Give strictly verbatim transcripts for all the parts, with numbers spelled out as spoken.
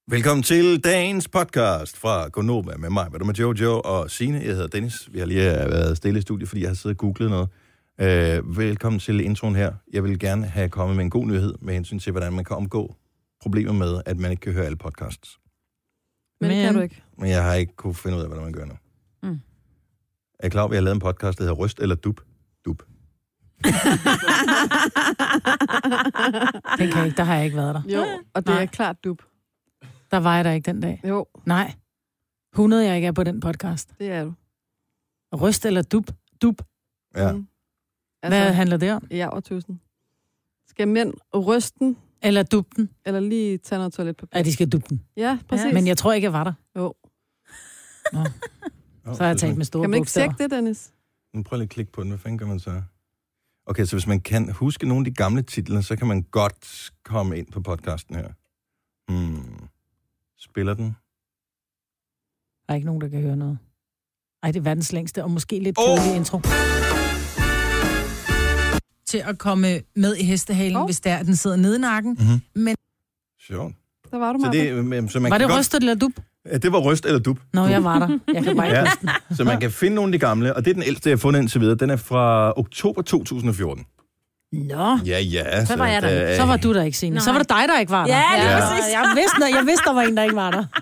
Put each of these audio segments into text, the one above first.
Velkommen til dagens podcast fra Gonova med mig, med Jojo og Signe. Jeg hedder Dennis. Vi har lige været stille i studiet, fordi jeg har siddet og googlet noget. Uh, velkommen til introen her. Jeg vil gerne have kommet med en god nyhed med hensyn til, hvordan man kan omgå problemer med, at man ikke kan høre alle podcasts. Men det kan du ikke. Men jeg har ikke kunne finde ud af, hvordan man gør nu. Mm. Er I klar over, at jeg har lavet en podcast, der hedder Røst eller Dub? Dub. Den kan jeg ikke, der har jeg ikke været der. Jo, og det Nej. er klart dub. Der var jeg der ikke den dag. Jo. Nej. hundrede jeg ikke er på den podcast. Det er du. Røst eller dub? Dub. Ja. Mm. Altså, hvad handler det om? Ja, over tusind. Skal mænd rysten? Eller dubben? Eller lige tage noget toiletpapir? Ja, de skal dubben. Ja, præcis. Ja. Men jeg tror ikke, jeg var der. Jo. Nå. Så har jeg talt med store bogstaver. Kan man ikke bogstaver. tjekke det, Dennis? Nu prøv lige at klikke på den. Hvad fanden gør man så? Okay, så hvis man kan huske nogle af de gamle titler, så kan man godt komme ind på podcasten her. Hmm. Spiller den? Der er ikke nogen, der kan høre noget. Ej, det er verdens længste, og måske lidt oh! kedelig intro. Til at komme med i hestehalen, oh. hvis der er, den sidder nede i nakken. Mm-hmm. Men... Sjovt. Der var du, så det, så man Var kan det godt... røst eller dub? Ja, det var røst eller dub. Nå, jeg var der. Jeg kan bare ikke ja. Så man kan finde nogle af de gamle, og det er den ældste, jeg har fundet indtil videre. Den er fra oktober to tusind og fjorten. Nå. Ja, ja. Så var jeg der. Der... Så var du der ikke, Signe. Så var det dig, der ikke var der. Ja, det ja. var Jeg vidste, jeg vidste, der var en, der ikke var der.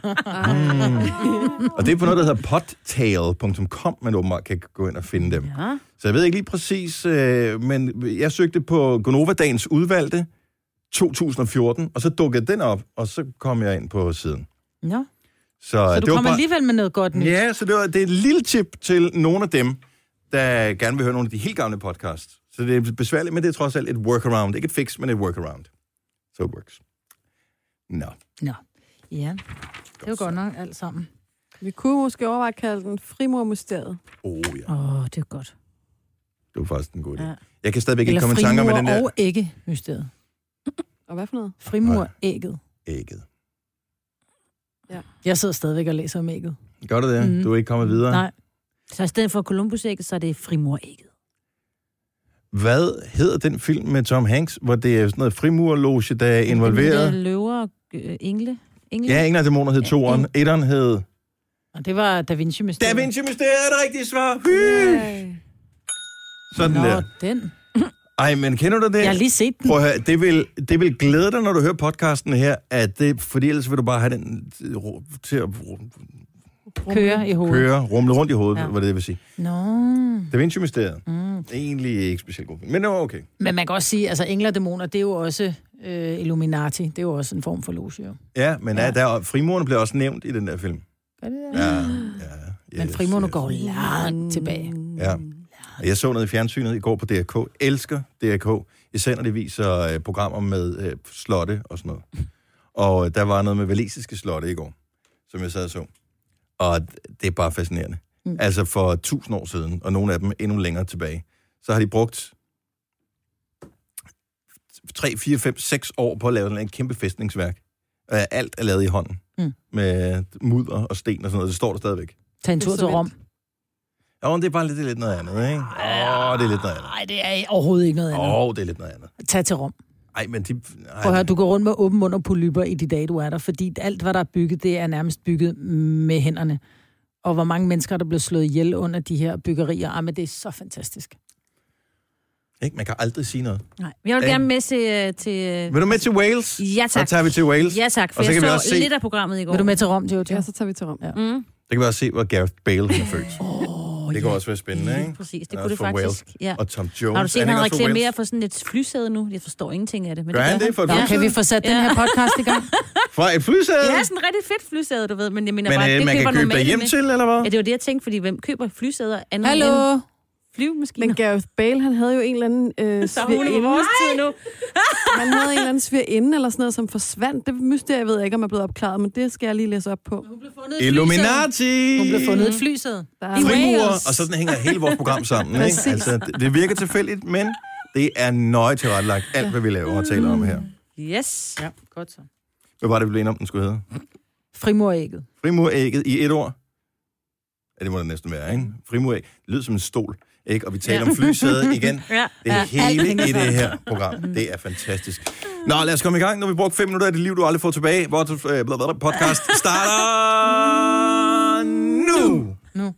mm. Og det er på noget, der hedder podtail punktum com, man åbenbart kan gå ind og finde dem. Ja. Så jeg ved ikke lige præcis, øh, men jeg søgte på Gonova-dagens udvalgte to tusind og fjorten, og så dukkede den op, og så kom jeg ind på siden. Ja. Så, så det du var kom bare... alligevel med noget godt nyt. Ja, så det, var, det er et lille tip til nogle af dem, der gerne vil høre nogle af de helt gamle podcasts. Så det er besværligt, men det er trods alt et workaround. Ikke et fix, men et workaround. So it works. Nå. Nå. Ja, det var godt nok alt sammen. Vi kunne måske overveje at kalde den Frimurmysteriet. Åh, oh, ja. Åh, oh, det er godt. Det var faktisk en god idé. Ja. Jeg kan stadigvæk Eller ikke komme i tanker med den der... Eller og ægge-mysteriet. Og hvad for noget? Frimur-ægget. Ægget. Ja. Jeg sidder stadigvæk og læser om ægget. Gør du det? Mm. Du er ikke kommet videre? Nej. Så i stedet for Columbus-ægget, så er det Frimur-ægget. Hvad hedder den film med Tom Hanks, hvor det er sådan noget frimurloge, der er involveret? Løver og øh, engle. engle. Ja, Engler og dæmoner hed toeren. Ja, Etteren hed... Og det var Da Vinci-mysteriet. Da Vinci-mysteriet er det rigtige svar. Hy! Sådan Nå, der. den. Ej, men kender du det? Jeg har lige set den. Prøv at høre, det vil, det vil glæde dig, når du hører podcasten her, at det, fordi ellers vil du bare have den til at køre i hovedet. Køre, rumle rundt i hovedet, ja. Hvad det vil sige. Nå. Da Vinci-mysteriet. Mm. Egentlig ikke specielt god film, men det var okay. Men man kan også sige, altså engler og dæmoner, det er jo også øh, Illuminati. Det er jo også en form for loge, jo. Ja, men ja. Der, frimurerne bliver også nævnt i den der film. Gør det det? Ja, ja. Yes, men frimurerne yes. går langt tilbage. Ja. Jeg så noget i fjernsynet i går på D R K. Elsker D R K. Især når de viser øh, programmer med øh, slotte og sådan noget. Og øh, der var noget med walisiske slotte i går, som jeg sad og så. Og det er bare fascinerende. Mm. Altså for tusind år siden, og nogle af dem endnu længere tilbage, så har de brugt tre, fire, fem, seks år på at lave en kæmpe fæstningsværk. Alt er lavet i hånden. Mm. Med mudder og sten og sådan noget. Det står der stadigvæk. Tag en tur til Rom. Ja, det er bare lidt, det er lidt noget andet, ikke? Åh, oh, det er lidt noget andet. Nej, det er overhovedet ikke noget andet. Åh, oh, det er lidt noget andet. Tag til Rom. Ej, men de... Prøv at høre, du går rundt med åben mund og polypper i de dage, du er der, fordi alt, hvad der er bygget, det er nærmest bygget med hænderne. Og hvor mange mennesker, der bliver slået ihjel under de her byggerier. Ah, men det er så fantastisk. Ikke? Man kan aldrig sige noget. Nej, jeg vil gerne med til... til... Vil du med til Wales? Ja, tak. Så tager vi til Wales. Ja, tak, for og så jeg kan så, vi også se... lidt af programmet i går. Vil du med til Rom, Jojo? Ja, så tager vi til Rom. Ja. Mm. Der kan vi også se, hvor Gareth Bale er født. Oh, det kan ja. også være spændende, ikke? Præcis, det kunne det faktisk. Ja. Og Tom Jones. Har du set, han, han reklamerer for sådan et flysæde nu? Jeg forstår ingenting af det. Men gør det han det for et flysæde? Kan vi få sat ja. den her podcast i gang? Fra et flysæde? Ja, sådan et rigtig fedt flysæde, du ved. Men jeg mener men, bare, øh, det man kan købe dig hjem med. til, eller hvad? Ja, det var det, jeg tænkte, fordi hvem køber flysæder andet Hallo? end flyvemaskiner? Men Gareth Bale, han havde jo en eller anden øh, svigerinde. nu. Han havde en eller anden svigerinde eller sådan noget, som forsvandt. Det mysterie, jeg ved ikke, om er blevet opklaret, men det skal jeg lige læse op på. Hun blev fundet Illuminati! Hun blev fundet et flysæde. Frimur, og sådan hænger hele vores program sammen. Ikke? Altså, det, det virker tilfældigt, men det er nøje tilrettelagt. Alt, hvad vi laver og taler om her. Yes. Ja, godt så. Hvad var det, vi blev enige om, den skulle hedde? Frimurægget. Frimurægget i et ord. Ja, det må det næsten være, ikke? Frimuræg. Det lyder som en stol, ikke? Og vi taler ja. om flysæde igen. Ja. Det er ja. hele i det her program. Det er fantastisk. Nå, lad os komme i gang. Nu har vi brugt fem minutter af dit liv, du aldrig får tilbage. Vores øh, podcast starter nu. Nu.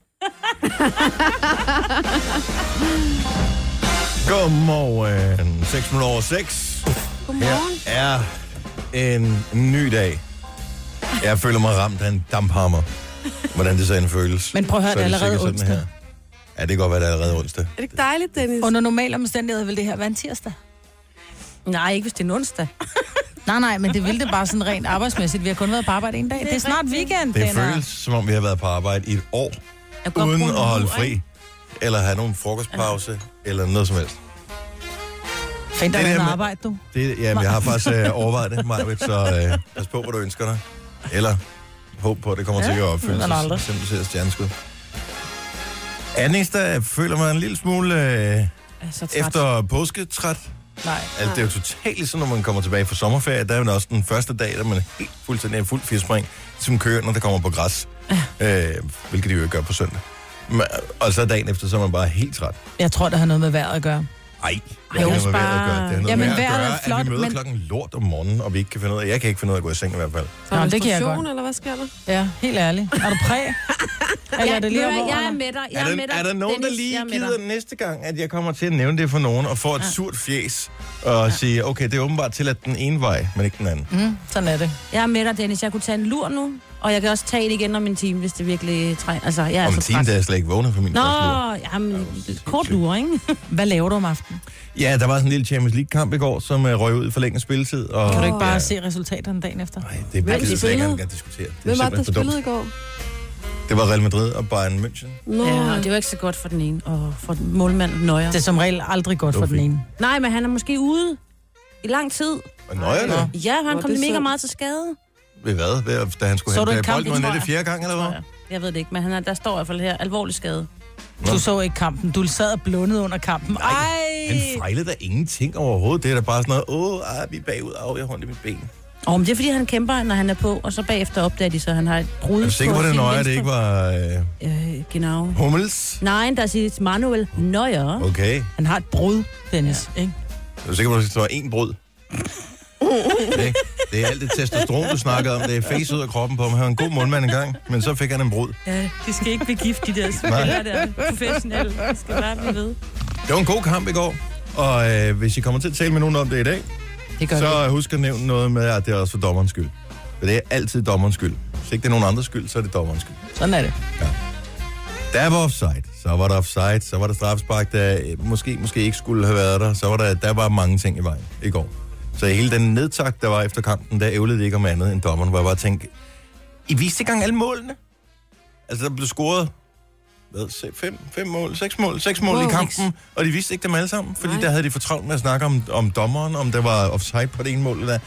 Godmorgen. seks minutter over seks. Godmorgen. Her er en ny dag. Jeg føler mig ramt af en damphammer. Hvordan det så end føles. Men prøv at høre, Så det er allerede sikkert sådan onsdag. her. Ja, det kan godt være, det er allerede onsdag. Er det ikke dejligt, Dennis? Under normale omstændigheder vil det her være en tirsdag. Nej, ikke hvis det er en onsdag. Nej, nej, men det ville det bare sådan rent arbejdsmæssigt. Vi har kun været på arbejde en dag. Det er, det er snart weekend. Det den er- føles, som om vi har været på arbejde i et år, Jeg kan godt uden bruge at en holde uge, fri. ikke? Eller have nogen frokostpause, eller noget som helst. Find dig Det der noget med- arbejde, du. Det, jamen, jeg har faktisk øh, overvejet det, Majbet, så øh, pas på, hvad du ønsker dig. Eller håb på, at det kommer Ja, til at opfylde ved man aldrig. sig. Simpelthen ser stjerneskud. Anningsdag føler mig en lille smule øh, Jeg er så træt. efter påsketræt. Nej. Altså, det er jo totalt ligesom, når man kommer tilbage fra sommerferie. Der er jo også den første dag, der man er helt fuldstændig er fuld firspring, som kører, når der kommer på græs. Øh, hvilket de jo ikke gør på søndag. Men- Og så dagen efter, så er man bare helt træt. Jeg tror, det har noget med vejret at gøre. Ej, Jo, det har noget med bare- vejret at gøre. Det har noget Jamen, med at vejret er gøre, flot, at vi møder men- klokken lort om morgenen, og vi ikke kan finde ud af. Jeg kan ikke finde ud af at gå i seng i hvert fald. Så Nå, det kan jeg menstruation, godt. eller hvad sker der? Ja, helt ærligt. Er du præg? Eller er det lige jeg, over? jeg er med dig. Jeg Er er, der, med dig. er der nogen, Dennis, der lige jeg er med gider dig. næste gang, at jeg kommer til at nævne det for nogen, og får et Ja. surt fjes, og ja. sige, okay, det er åbenbart til at den ene vej, men ikke den anden. Mm, sådan er det. Jeg er med dig, Dennis. Jeg kunne tage en lur nu, og jeg kan også tage det igen om en time, hvis det virkelig trænger. Altså, jeg er Om så en time, træt. der er jeg slet ikke vågnet for min første lur. Nå, jamen, kort lur, ikke? Hvad laver du om aftenen? Ja, der var sådan en lille Champions League-kamp i går, som uh, røg ud i forlænget spilletid. Og, Kan du ikke bare ja, se resultaterne dagen efter? Nej, det Hvem er det, slet ikke spillede? engang diskutere. Det er Hvem var det, der simpelthen for dumt. spillede i går? Det var Real Madrid og Bayern München. Nå. Ja, og det var ikke så godt for den ene, og for målmanden Nøjer. Det er som regel aldrig godt Det var for den fint. ene. Nej, men han er måske ude i lang tid. Og nøjer Nå. det. Ja, han Nå, kom det er mega synd. meget til skade. Ved hvad? Ved, da han skulle Så du hente en kamp, bolden, tror var det jeg? fjerde gang, eller hvad? Tror jeg. Jeg ved det ikke, men han er, der står i hvert fald her, alvorlig skade. Du så ikke kampen. Du sad og blundede under kampen. Ej! Han fejlede da ingenting overhovedet. Det er da bare sådan noget, åh, ah, vi er bagud, af, jeg har ondt i mit ben. Og men det er, fordi han kæmper, når han er på, og så bagefter opdager de så, at han har et brud Jeg er sikker på, at det sin nøje, det venstre- ikke var øh, Øh, genau. Hummels. Nej, der siger Manuel Neuer. Okay. Han har et brud, Dennis. Ja. Ikke? Jeg er sikker på, at det var én brud. Det, det er alt det testosteron, du snakkede om. Det er face ud af kroppen på ham. Han var en god målmand engang, men så fik han en brud. Ja, de skal ikke blive gift, de der spillere der. Professionelle. De skal bare blive ved. Det var en god kamp i går, og øh, hvis I kommer til at tale med nogen om det i dag, Det gør så det. husk at nævne noget med, at det er også for dommerens skyld. For det er altid dommerens skyld. Hvis ikke det er nogen andres skyld, så er det dommerens skyld. Sådan er det. Der var offside, så var der offside, så var der strafspark, der øh, måske, måske ikke skulle have været der. Så var der, der var mange ting i vejen i går. Så hele den nedtakt, der var efter kampen, der ævlede det ikke om andet end dommeren, hvor jeg bare tænkte, I viste ikke engang alle målene. Altså, der blev scoret hvad, se- fem, fem mål, seks mål, seks mål Wow. i kampen, og de viste ikke dem alle sammen, fordi Nej. der havde de for travlt med at snakke om, om dommeren, om der var offside på det ene mål. Eller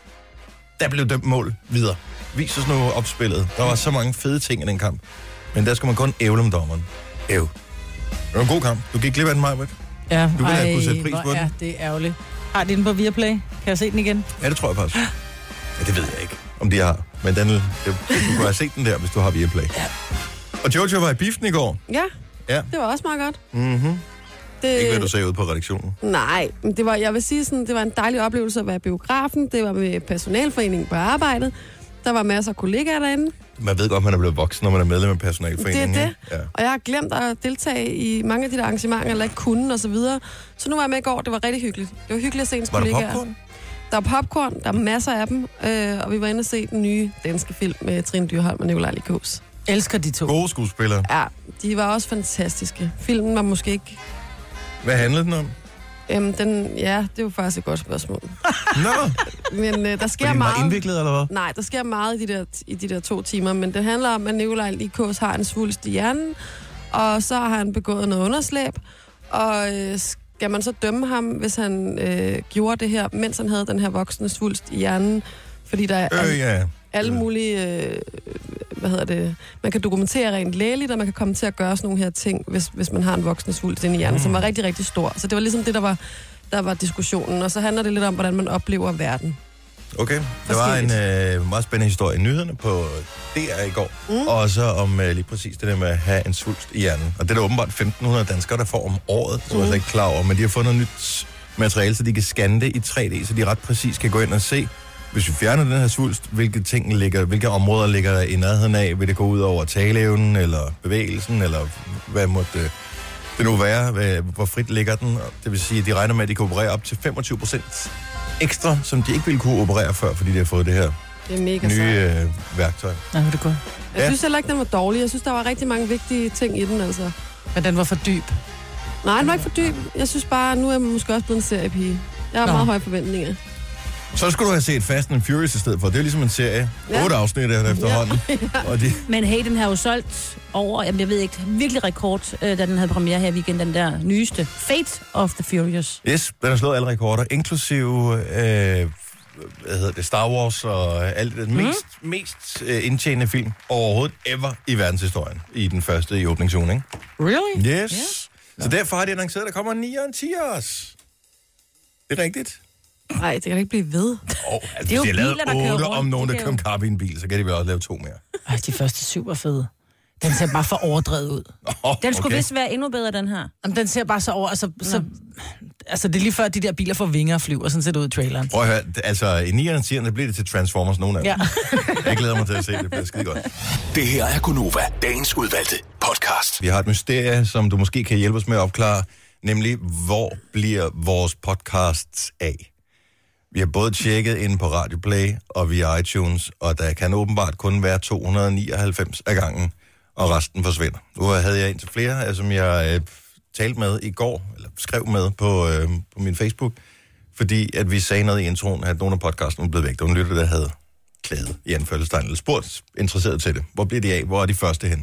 der blev dømt mål videre. Vis os nu opspillet. Der var så mange fede ting i den kamp. Men der skulle man kun ævle om dommeren. Æv. Det var en god kamp. Du gik glip af den, Majbert. Ja, Du ville have kunne sætte pris hvor på den. er det ærgerligt. Har de den på Viaplay? Kan jeg se den igen? Ja, det tror jeg faktisk. Ja, det ved jeg ikke, om de har. Men den, det, du kunne have set den der, hvis du har Viaplay. Ja. Og Jojo var i biffen i går. Ja, Ja. det var også meget godt. Mhm. Det, Ikke hvad du sagde ude på redaktionen. Nej, men det var, jeg vil sige sådan, det var en dejlig oplevelse at være i biografen. Det var med personalforeningen på arbejdet. Der var masser af kollegaer derinde. Man ved godt, man er blevet voksen, når man er medlem af personalforeningen. Det er ikke? Ja. Og jeg har glemt at deltage i mange af de der arrangementer, eller ikke kunne og så videre. Så nu var jeg med i går. Det var rigtig hyggeligt. Det var hyggeligt at se ens Var der kollegaer. popcorn? Der er popcorn, der er masser af dem. Øh, og vi var inde og se den nye danske film med Trine Dyrholm og Nikolaj Likos. Elsker de to. Gode skuespillere. Ja, de var også fantastiske. Filmen var måske ikke... Hvad handlede den om? Øhm, den, ja, det er jo faktisk et godt spørgsmål. Nå, Men øh, der sker fordi den var meget... indviklet, eller hvad? Nej, der sker meget i de der, i de der to timer, men det handler om, at Nikolaj Likos har en svulst i hjernen, og så har han begået noget underslæb, og øh, skal man så dømme ham, hvis han øh, gjorde det her, mens han havde den her voksne svulst i hjernen, fordi der er Øh, ja. alle mulige, øh, hvad hedder det, man kan dokumentere rent lægeligt, og man kan komme til at gøre sådan nogle her ting, hvis, hvis man har en voksne svulst inde i hjernen, mm. som var rigtig, rigtig stor. Så det var ligesom det, der var, der var diskussionen, og så handler det lidt om, hvordan man oplever verden. Okay, der var en øh, meget spændende historie i nyhederne på D R i går, mm. og så om øh, lige præcis det der med at have en svulst i hjernen. Og det er der åbenbart femten hundrede danskere, der får om året, som mm. jeg slet ikke klar over, men de har fundet nyt materiale, så de kan scanne det i tre D, så de ret præcis kan gå ind og se, hvis vi fjerner den her svulst, hvilke ting ligger, hvilke områder ligger der i nærheden af, vil det gå ud over taleevnen, eller bevægelsen, eller hvad måtte det nu være, hvad, hvor frit ligger den. Det vil sige, at de regner med, at de kan operere op til femogtyve procent ekstra, som de ikke ville kunne operere før, fordi de har fået det her Det er mega nye sejt. øh, værktøj. Nå, det godt. Jeg synes heller ikke, den var dårlig. Jeg synes, der var rigtig mange vigtige ting i den, altså. Men den var for dyb. Nej, den var ikke for dyb. Jeg synes bare, nu er jeg måske også blevet en seriepige. Jeg har Nå. meget høje forventninger. Så skulle du have set Fast and Furious i stedet for. Det er ligesom en serie. Ja. Otte afsnit er det efterhånden. Ja. Og de, Men hey, den har jo solgt over, jamen jeg ved ikke, virkelig rekord, øh, da den havde premiere her i weekend, den der nyeste, Fate of the Furious. yes, den har slået alle rekorder, inklusive øh, hvad hedder det, Star Wars og alt det. Den Mm. mest, mest øh, indtjenende film overhovedet ever i verdenshistorien. I den første i åbningsugen, ikke? Really? Yes. Yeah. Så derfor har de annonceret, at der kommer en ni og en ti også. Det er rigtigt. Nej, det kan da ikke blive ved. Oh, altså, Det er jo hvis de har lavet biler, der kører otte rundt. om nogen, Det der kan kører jo- kap i en bil, så kan de vel også lave to mere. Ej, de første syv var fede. Den ser bare for overdrevet ud. Oh, Den skulle okay. vist være endnu bedre, den her. Jamen, den ser bare så over... Altså, så, altså, det er lige før, de der biler får vinger og flyver, sådan ser det ud i traileren. Prøv at høre, det- altså i nieren og tieren, der bliver det til Transformers, nogle af dem. Ja. Jeg glæder mig til at se det, det bliver skide godt. Det her er Gunova, dagens udvalgte podcast. Vi har et mysterie, som du måske kan hjælpe os med at opklare, nemlig hvor bliver vores podcasts af? Vi har både tjekket inde på Radio Play og via iTunes, og der kan åbenbart kun være to hundrede og nioghalvfems af gangen, og resten forsvinder. Nu havde jeg indtil flere, som jeg øh, talte med i går, eller skrev med på, øh, på min Facebook, fordi at vi sagde noget i introen, at nogle af podcasten blev væk. Der var en lytter, der havde klaget i anførselstegn, eller spurgt interesseret til det. Hvor bliver de af? Hvor er de første hen?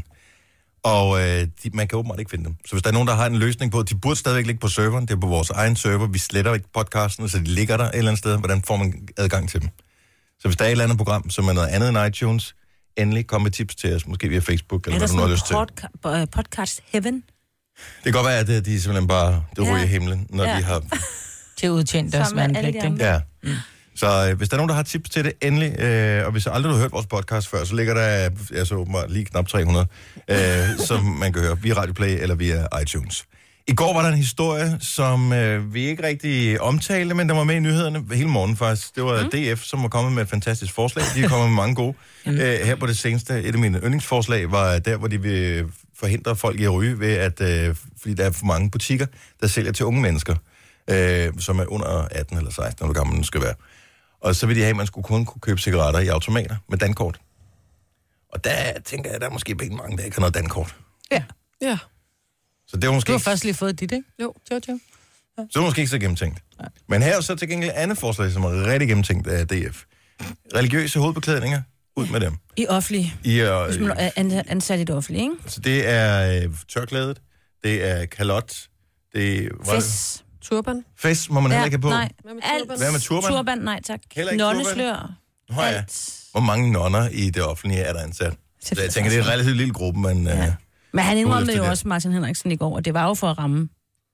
Og øh, de, man kan åbenbart ikke finde dem. Så hvis der er nogen, der har en løsning på, de burde stadigvæk ligge på serveren, det er på vores egen server, vi sletter ikke podcasten, så de ligger der et eller andet sted, hvordan får man adgang til dem? Så hvis der er et eller andet program, som er noget andet end iTunes, endelig kom med tips til os, måske via Facebook, eller Er der hvad du nu har lyst til. sådan en podca- øh, podcast heaven? Det kan godt være, at de simpelthen bare, det Ja. ryger i himlen, når Ja. de har... Til at udtjene deres Sammen med alle vandpligt, de ikke? andre. Ja. Mm. Så øh, hvis der er nogen, der har tips til det, endelig, øh, og hvis aldrig du har hørt vores podcast før, så ligger der, jeg så åbenbart lige knap tre hundrede, øh, som man kan høre via Radio Play eller via iTunes. I går var der en historie, som øh, vi ikke rigtig omtalte, men der var med i nyhederne hele morgen faktisk. Det var mm. D F, som var kommet med et fantastisk forslag. De er kommet med mange gode. Mm. Øh, her på det seneste, et af mine yndlingsforslag var der, hvor de vil forhindre folk i at ryge ved, at øh, fordi der er for mange butikker, der sælger til unge mennesker, øh, som er under atten eller seksten, hvor gammel man skal være. Og så vil de have, at man skulle kun kunne købe cigaretter i automater med dankort. Og der tænker jeg, at der er måske pænt mange, der ikke har noget dankort. Ja. Ja. Så det var måske, Du har ikke, først lige fået dit, ikke? Jo. Jojo. så det var måske ikke så gennemtænkt. Men her er så til gengæld et andet forslag, som er rigtig gennemtænkt af D F. Religiøse hovedbeklædninger, ud med dem. I offentlig. I, uh, Hvis man er an- ansat i det offentlige, ikke? så det er øh, tørklædet, det er kalot, det er... Fes. Turban. Fes må man heller ikke have på. Nej. Hvad med Alt. turban? Hvad med turban? Turban, nej tak. Heller ikke Nonneslør. Nå ja. Alt. Hvor mange nonner i det offentlige er der ansat? Så jeg tænker, det er en relativt lille gruppe, men... Ja. Øh, Men han indrømmede efter jo det. også, Martin Henriksen, i går, at det var jo for at ramme.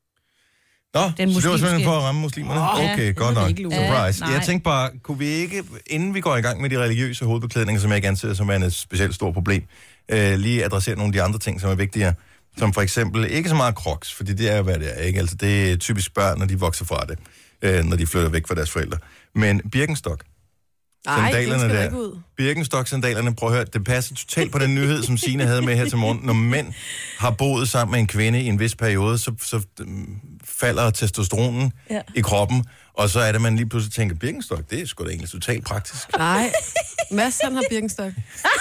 Nå, Den så det var muslimske- simpelthen for at ramme muslimerne? Åh, Okay, det godt ved nok. vi ikke, Lone. Surprise. Ja, Jeg nej. tænkte bare, kunne vi ikke, inden vi går i gang med de religiøse hovedbeklædninger, som jeg ikke anser som er et specielt stort problem, øh, lige adressere nogle af de andre ting, som er vigtigere. Som for eksempel, ikke så meget crocs, fordi det er, hvad det er, ikke? Altså, det er typisk børn, når de vokser fra det, øh, når de flytter væk fra deres forældre. Men Birkenstock, Nej, den sandalerne skal der der. ikke ud. Birkenstock-sandalerne, prøv at høre, det passer totalt på den nyhed, som Signe havde med her til morgen. Når mænd har boet sammen med en kvinde i en vis periode, så, så um, falder testosteronen Ja. i kroppen, og så er det, man lige pludselig tænker, Birkenstock, det er sgu da egentlig totalt praktisk. Nej. Mads, han har Birkenstock.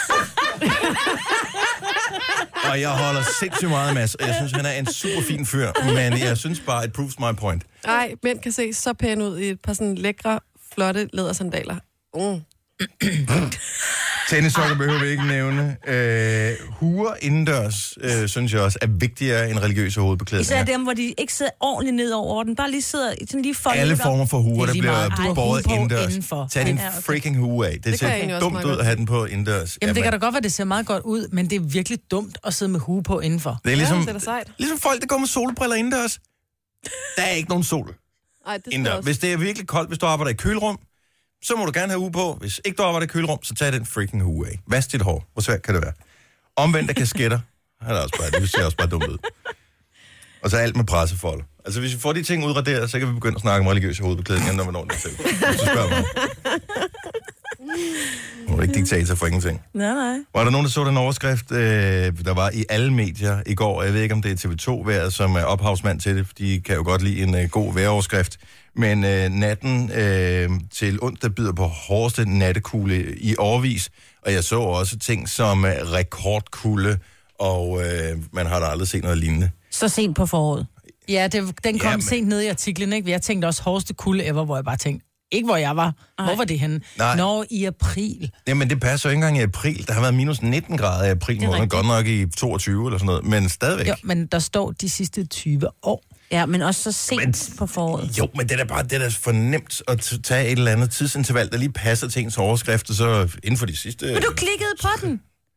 Og jeg holder sindssygt meget af Mads, og jeg synes, han er en super fin fyr, men jeg synes bare, it proves my point. Nej, mænd kan se så pæne ud i et par sådan lækre, flotte lædersandaler. Mm. Tennissokker behøver vi ikke nævne. Øh, huer indendørs, øh, synes jeg også, er vigtigere end religiøse hovedbeklædninger. Især dem, hvor de ikke sidder ordentligt ned over den. Bare lige sidder sådan lige foldet Alle op. former for huer, Det er der lige bliver meget. Du har båret hue på indendørs. indenfor. Tag din Ja, okay. freaking hue af. Det, kan ser jeg egentlig også dumt meget ud godt at have den på indendørs. Jamen, det Jamen, kan da godt være, det ser meget godt ud, men det er virkelig dumt at sidde med hue på indenfor. det er ligesom, Ja, det er da sejt. ligesom folk, der går med solbriller indendørs. Der er ikke nogen sol Ej, det skal indendørs. også. Hvis det er virkelig koldt, hvis du arbejder i kølerum, så må du gerne have hue på. Hvis ikke du arbejder i kølerum, så tag den freaking hue af. Vask dit hår. Hvor svært kan det være? Omvendte kasketter. Han er også bare, det ser også bare dumt ud. Og så alt med pressefolder. Altså, hvis vi får de ting udraderet, så kan vi begynde at snakke om religiøse hovedbeklædninger, når vi når det til. Så spørger mig. Hun er ikke diktator for ingenting. Nej, nej. Var der nogen, der så den overskrift, øh, der var i alle medier i går? Jeg ved ikke, om det er T V to-vejret, som er ophavsmand til det. De kan jo godt lide en øh, god vejroverskrift. Men øh, natten øh, til onsdag byder på hårdeste nattekugle i årevis. Og jeg så også ting som øh, rekordkulde, og øh, man har da aldrig set noget lignende. Så sent på foråret. Ja, det, den kom Jamen. sent ned i artiklen, ikke? Jeg tænkte også hårdeste kulde ever, hvor jeg bare tænkte, ikke hvor jeg var. Ej. Hvor var det henne? Nej. Nå, i april. Jamen, det passer jo ikke engang i april. Der har været minus nitten grader i april måned, godt nok i toogtyve eller sådan noget, men stadigvæk. Jo, men der står de sidste tyve år. Ja, men også så sent men, på foråret. Jo, men det er da bare det er da for nemt at tage et eller andet tidsinterval, der lige passer til ens overskrift, og så inden for de sidste... Men du klikkede på den.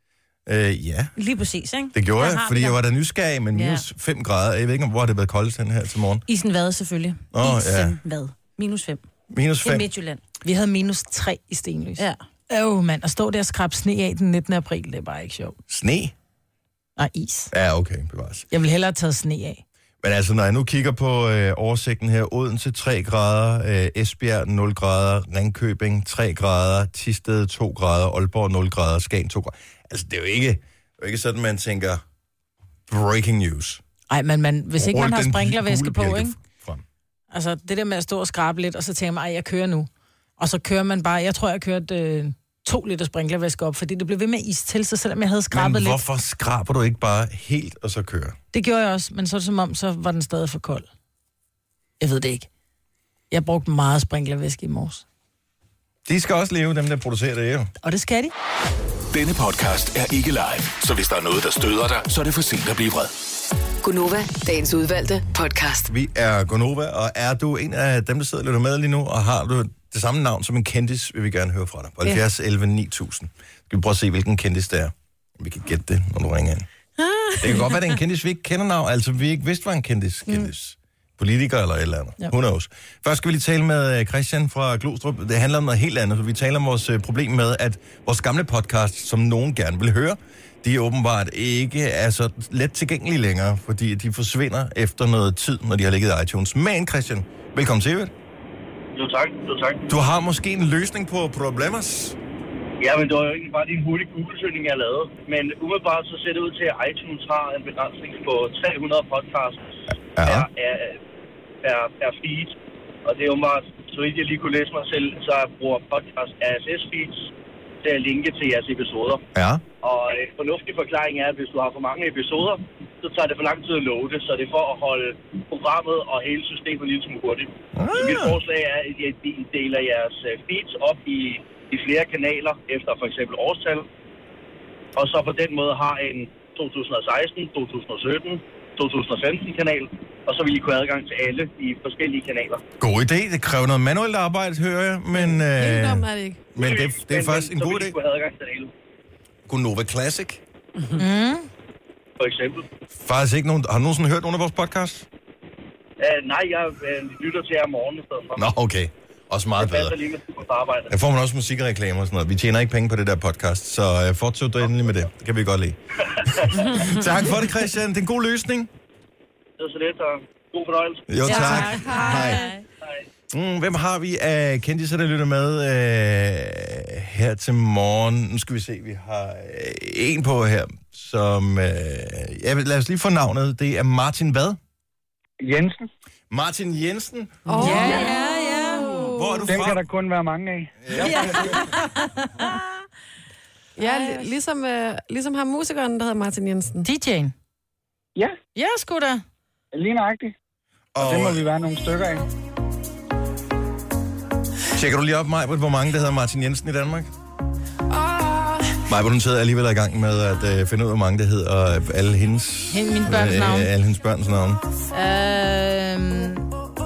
Øh, ja. Lige præcis, ikke? Det gjorde Der jeg, har fordi vi jeg den. var da nysgerrig, men minus Ja. fem grader. Jeg ved ikke, hvor har det været koldest den her til morgen. Isen hvad, selvfølgelig. Åh, Isen ja. hvad? Minus fem. Minus Det er fem. Midtjylland. Vi havde minus tre i Stenløs. Ja. Åh, mand, at stå der og skrabe sne af den nittende april, det er bare ikke sjovt. Sne? Og is. Ja, okay, bevares. Jeg vil hellere tage sne af. Men altså, når jeg nu kigger på øh, oversigten her, Odense tre grader, øh, Esbjerg nul grader, Ringkøbing tre grader, Thisted to grader, Aalborg nul grader, Skagen to grader. Altså, det er jo ikke, det er jo ikke sådan, man tænker, breaking news. Ej, men man, hvis ikke Rul man har den sprinklervæske gule på, bjælke ikke? frem. Altså, det der med at stå og skrabe lidt, og så tænker man, ej, jeg kører nu. Og så kører man bare, jeg tror, jeg kørte øh, to liter sprinklervæske op, fordi det blev ved med is til, så selvom jeg havde skrabet Men lidt. hvorfor skraber du ikke bare helt, og så kører? Det gjorde jeg også, men så er det som om, så var den stadig for kold. Jeg ved det ikke. Jeg brugte meget sprinklervæske i morges. De skal også leve, dem der producerer det jo. Og det skal de. Denne podcast er ikke live, så hvis der er noget, der støder dig, så er det for sent at blive vred. Gunova, dagens udvalgte podcast. Vi er Gonova, og er du en af dem, der sidder og lytter med lige nu, og har du det samme navn som en kendis, vil vi gerne høre fra dig. På halvfjerds elleve ni tusind. Skal vi prøve at se, hvilken kendis det er. Vi kan gætte det, når du ringer ind. Det kan godt være, det er en kendis, vi ikke kender navn. Altså, vi ikke vidste, var en kendis. kendis. Politiker eller et eller andet. Ja. Who knows. Først skal vi lige tale med Christian fra Glostrup. Det handler om noget helt andet, for vi taler om vores problem med, at vores gamle podcast, som nogen gerne vil høre, de åbenbart ikke er så let tilgængelige længere, fordi de forsvinder efter noget tid, når de har ligget i iTunes. Men Christian, velkommen til, Evert. Jo tak, jo tak. Du har måske en løsning på problemer? Ja, men det var jo egentlig bare din hurtige Google-søgning, jeg lavede. Men umiddelbart så ser det ud til, at iTunes har en begrænsning på tre hundrede podcasts Ja. per, per, per feed. Og det er jo bare, så vidt jeg lige kunne læse mig selv, så bruger podcast R S S-feeds til at linke til jeres episoder. Ja. Og en fornuftig forklaring er, at hvis du har for mange episoder, så tager det for lang tid at loade, så det er for at holde programmet og hele systemet en lille smule hurtigt. Ah. Så mit forslag er, at I deler jeres feeds op i, i flere kanaler efter for eksempel årstal, og så på den måde har en to tusind og seksten, to tusind og sytten, to tusind og femten kanal, og så vil I kunne adgang til alle i forskellige kanaler. God idé. Det kræver noget manuelt arbejde, hører jeg, men, Helt øh, dumt er det ikke. men det, det er men, faktisk men, en god så vil idé. I kunne have adgang til det hele. Gonova Classic. Mm. For eksempel. Faktisk ikke nogen... Har du nogensinde hørt nogen af vores podcasts? Uh, nej, jeg uh, lytter til jer om morgenen i stedet for. Nå, okay. Også meget Det passer bedre. lige med på arbejde. Der får man også musik og reklamer og sådan noget. Vi tjener ikke penge på det der podcast, så uh, fortsæt du endelig med det. Det kan vi godt lide. Tak for det, Christian. Det er en god løsning. Det er så lidt, og god fornøjelse. Jo, tak. tak. Hej. Hej. Mm, hvem har vi af kendisser, der lytter med øh, her til morgen? Nu skal vi se, vi har øh, en på her, som... Øh, ja, lad os lige få navnet. Det er Martin hvad? Jensen. Martin Jensen. Oh. Ja, ja, ja. Hvor er du Den fra? kan der kun være mange af. Ja, li- ligesom, øh, ligesom ham musikeren, der hedder Martin Jensen. D J'en. Ja, Ja, sgu da. lige nøjagtigt. Og det må vi være nogle stykker af. Tjekker du lige op, Majbert, hvor mange der hedder Martin Jensen i Danmark? Majbert, hun sidder alligevel i gang med at øh, finde ud af, hvor mange der hedder øh, alle hendes... Hende, mine børns navne. Øh, alle hendes børns navne. Øhm,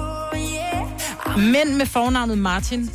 mænd med fornavnet Martin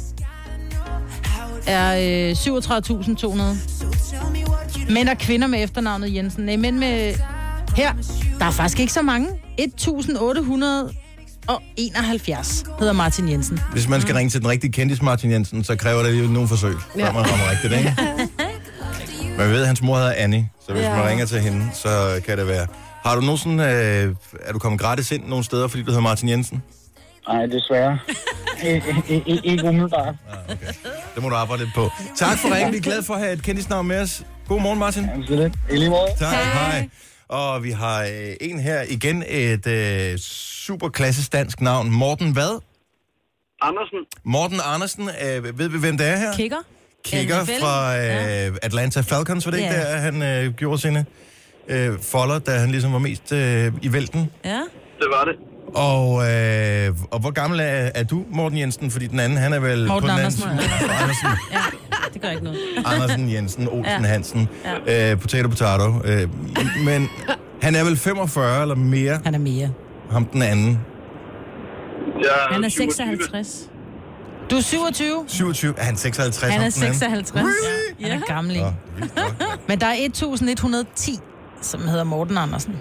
er øh, syvogtredive tusind to hundrede. Mænd og kvinder med efternavnet Jensen. Nej, mænd med... Her, der er faktisk ikke så mange. et tusind otte hundrede enoghalvfjerds hedder Martin Jensen. Hvis man skal ringe til den rigtige kendis Martin Jensen, så kræver det jo nogle forsøg, før Ja. man rammer rigtigt, ikke? Men vi ved, at hans mor hedder Annie, så hvis Ja. man ringer til hende, så kan det være... Har du nogensinde, øh, er du kommet gratis ind nogle steder, fordi du hedder Martin Jensen? Nej, desværre. Ikke umiddelbart. Ah, okay. Det må du arbejde lidt på. Tak for ringen. Vi er glade for at have et kendisnavn med os. God morgen, Martin. Ja, det. I lige måde. Tak, hej. Og vi har øh, en her igen, et øh, super klassisk dansk navn. Morten hvad? Andersen. Morten Andersen. Øh, ved vi, hvem det er her? Kicker. Kicker N F L. fra øh, Ja. Atlanta Falcons, var det ikke Ja. der, han øh, gjorde sine øh, folder, da han ligesom var mest øh, i vælten? Ja. Det var det. Og, øh, og hvor gammel er, er du, Morten Jensen? Fordi den anden, han er vel Morten på den Andersen. anden side. Andersen. Ja, det gør ikke noget. Andersen, Jensen, Olsen, Ja. Hansen. Ja. Øh, potato, potato. Øh, men han er vel femogfyrre eller mere, Han er mere. ham den anden. Jeg Han er syvogtyve. seksoghalvtreds. Du er syvogtyve. syvogtyve, er han seksoghalvtreds? Han er ham den anden? seksoghalvtreds. Really? Han er gammel. Nå, vildt nok, ja. Men der er et tusind et hundrede og ti, som hedder Morten Andersen.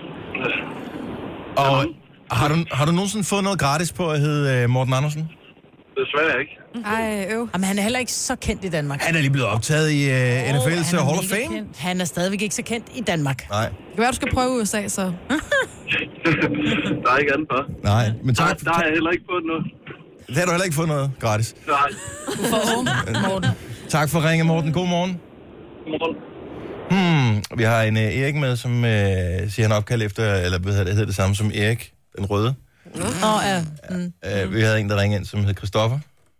Og har du, har du nogensinde fået noget gratis på at hedde uh, Morten Andersen? Desværre ikke. Ej, øv. Jamen, han er heller ikke så kendt i Danmark. Han er lige blevet optaget i uh, N F L's Han er Hall of mega Fame. kendt. Han er stadigvæk ikke så kendt i Danmark. Nej, Det kan være, du skal prøve U S A, så. Der er ikke andet for. nej. Men Der, tak, der har jeg heller ikke fået noget. det har du heller ikke fået noget gratis. Nej. For ung, Morten. Tak for ringe, Morten. God morgen. Godmorgen. Hmm, vi har en uh, Erik med, som uh, siger han opkald efter, eller hvad hedder det, hedder det samme som Erik, den røde. Åh, oh, ja. Mm. Uh, vi havde en, der ringede ind, som hed Christoffer.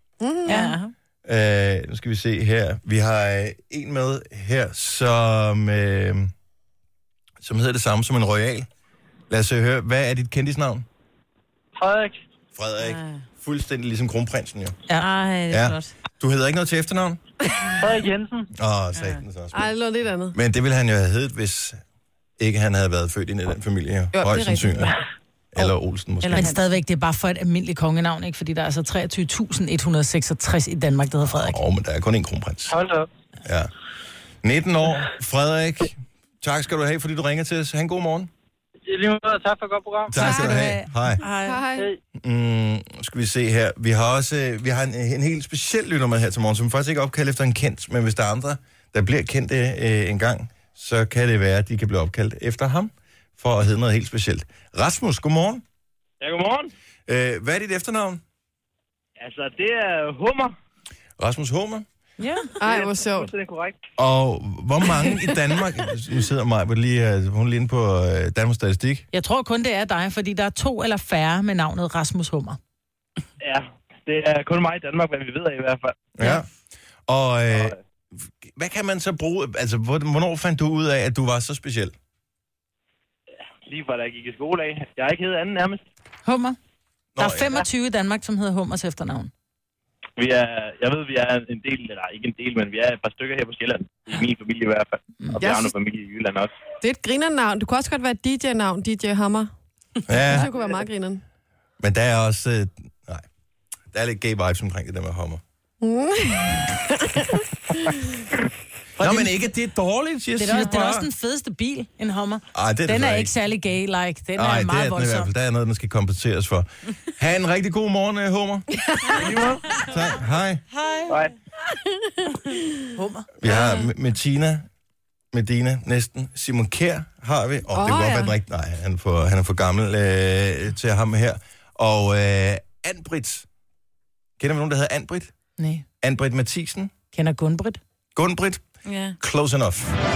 Ja. Uh, nu skal vi se her. Vi har uh, en med her, som, uh, som hedder det samme som en royal. Lad os uh, høre, hvad er dit kendisnavn? Frederik. Frederik. Ah. Fuldstændig ligesom kronprinsen, jo. Ej, det er Ja. flot. Du hedder ikke noget til efternavn? Frederik Jensen. Åh, oh, satans også. Ej, det lå lidt andet. Men det ville han jo have heddet, hvis ikke han havde været født ind i den familie. Jo, det er højst rigtigt. sandsynligt. Eller Olsen måske. Eller Men stadigvæk, det er bare for et almindeligt kongenavn, ikke? Fordi der er altså treogtyve tusind et hundrede og seksogtres i Danmark, der hedder Frederik. Åh, oh, men der er kun én kronprins. Hold da op. Ja. nitten år, Frederik. Tak skal du have, fordi du ringer til os. Ha' en god morgen. I lige måde, tak for et godt program. Tak skal du have. Hej. Hej. Mm, skal vi se her. Vi har også øh, vi har en, en helt speciel lytter med her til morgen, som faktisk ikke er opkaldt efter en kendt, men hvis der er andre, der bliver kendt øh, en gang, så kan det være, at de kan blive opkaldt efter ham, for at hedde noget helt specielt. Rasmus, godmorgen. Ja, godmorgen. Øh, hvad er dit efternavn? Altså, det er Hummer. Rasmus Hummer. Ja. Ej, hvor sjovt. Det er korrekt. Og hvor mange i Danmark, nu sidder Maja lige, øh, hun er lige inde på øh, Danmarks Statistik. Jeg tror kun, det er dig, fordi der er to eller færre med navnet Rasmus Hummer. Ja, det er kun mig i Danmark, hvad vi ved af i hvert fald. Ja. Og øh, hvad kan man så bruge, altså hvor- hvornår fandt du ud af, at du var så speciel? Lige fra da jeg gik i skole af. Jeg har ikke heddet anden nærmest. Hummer. Der Nå, er femogtyve i Danmark, som hedder Hummers efternavn. Vi er, jeg ved, vi er en del, eller ikke en del, men vi er et par stykker her på Sjælland. I min familie i hvert fald. Og vi Jeg har synes- noget familie i Jylland også. Det er et grinernavn. Du kunne også godt være et D J-navn, D J Hammer. Ja, Det kunne være meget grineren. men der er også, øh, nej, der er lidt gay vibes omkring det der med Hummer. Nå, men ikke, at det er dårligt, jeg Det er, siger også, det er bare. også den fedeste bil, en Hummer. Ej, det er det Den så er ikke særlig gay-like. Den Nej, er det meget er den i hvert voldsom. fald. Der er noget, den skal kompenseres for. Ha' en rigtig god morgen, øh, Hummer. Tak. Hej. Nej. Hummer. Vi har med, med Tina, med Dina næsten. Simon Kjær har vi. Og oh, Åh, det kunne godt ja. være den rigtige. Nej, han er for, han er for gammel øh, til ham her. Og øh, Ann-Britt. Kender vi nogen, der hedder Ann-Britt? Nej. Ann-Britt Mathisen. Kender Gunn-Britt? Gunn-Britt. Ja. Close enough.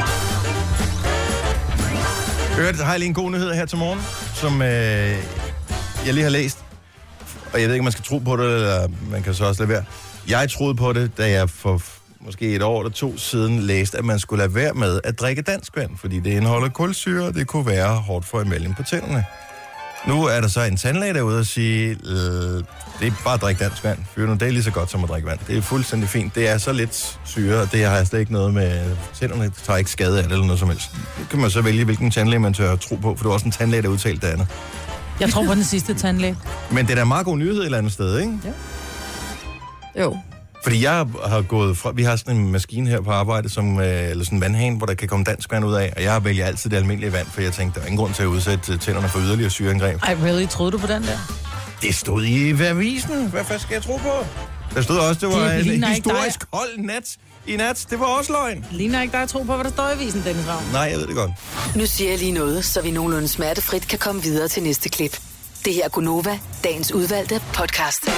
Hørt, har jeg lige en god nyhed her til morgen, som øh, jeg lige har læst. Og jeg ved ikke, om man skal tro på det, eller man kan så også lade være. Jeg troede på det, da jeg for måske et år eller to siden læste, at man skulle lade være med at drikke dansk vand, fordi det indeholder kulsyre, og det kunne være hårdt for imellem på tænderne. Nu er der så en tandlæge derude og sige, øh, det er bare at drikke dansk vand. Fyr nu, det er lige så godt som at drikke vand. Det er fuldstændig fint. Det er så lidt syre, og det har slet ikke noget med tænderne. Det tager ikke skade af det eller noget som helst. Det kan man så vælge, hvilken tandlæge man tør at tro på, for det er også en tandlæge, der udtalte det andet. Jeg tror på den sidste tandlæge. Men det er da en meget god nyhed et eller andet sted, ikke? Jo. Fordi jeg har gået fra... Vi har sådan en maskine her på arbejde, som, øh, eller sådan en vandhane, hvor der kan komme dansk vand ud af, og jeg vælger altid det almindelige vand, for jeg tænkte, der er ingen grund til at udsætte tænderne for yderligere syreangreb. Ej, really? Troede du på den der? Det stod i avisen. Hvad fanden skal jeg tro på? Der stod også, det var Det en ligner ikke historisk kold nat i nat. Det var også løgn. Det ligner ikke dig at tro på, hvad der står i avisen, Dennis Ravn. Nej, jeg ved det godt. Nu siger jeg lige noget, så vi nogenlunde smertefrit kan komme videre til næste klip. Det her er Gunova, dagens udvalgte podcast.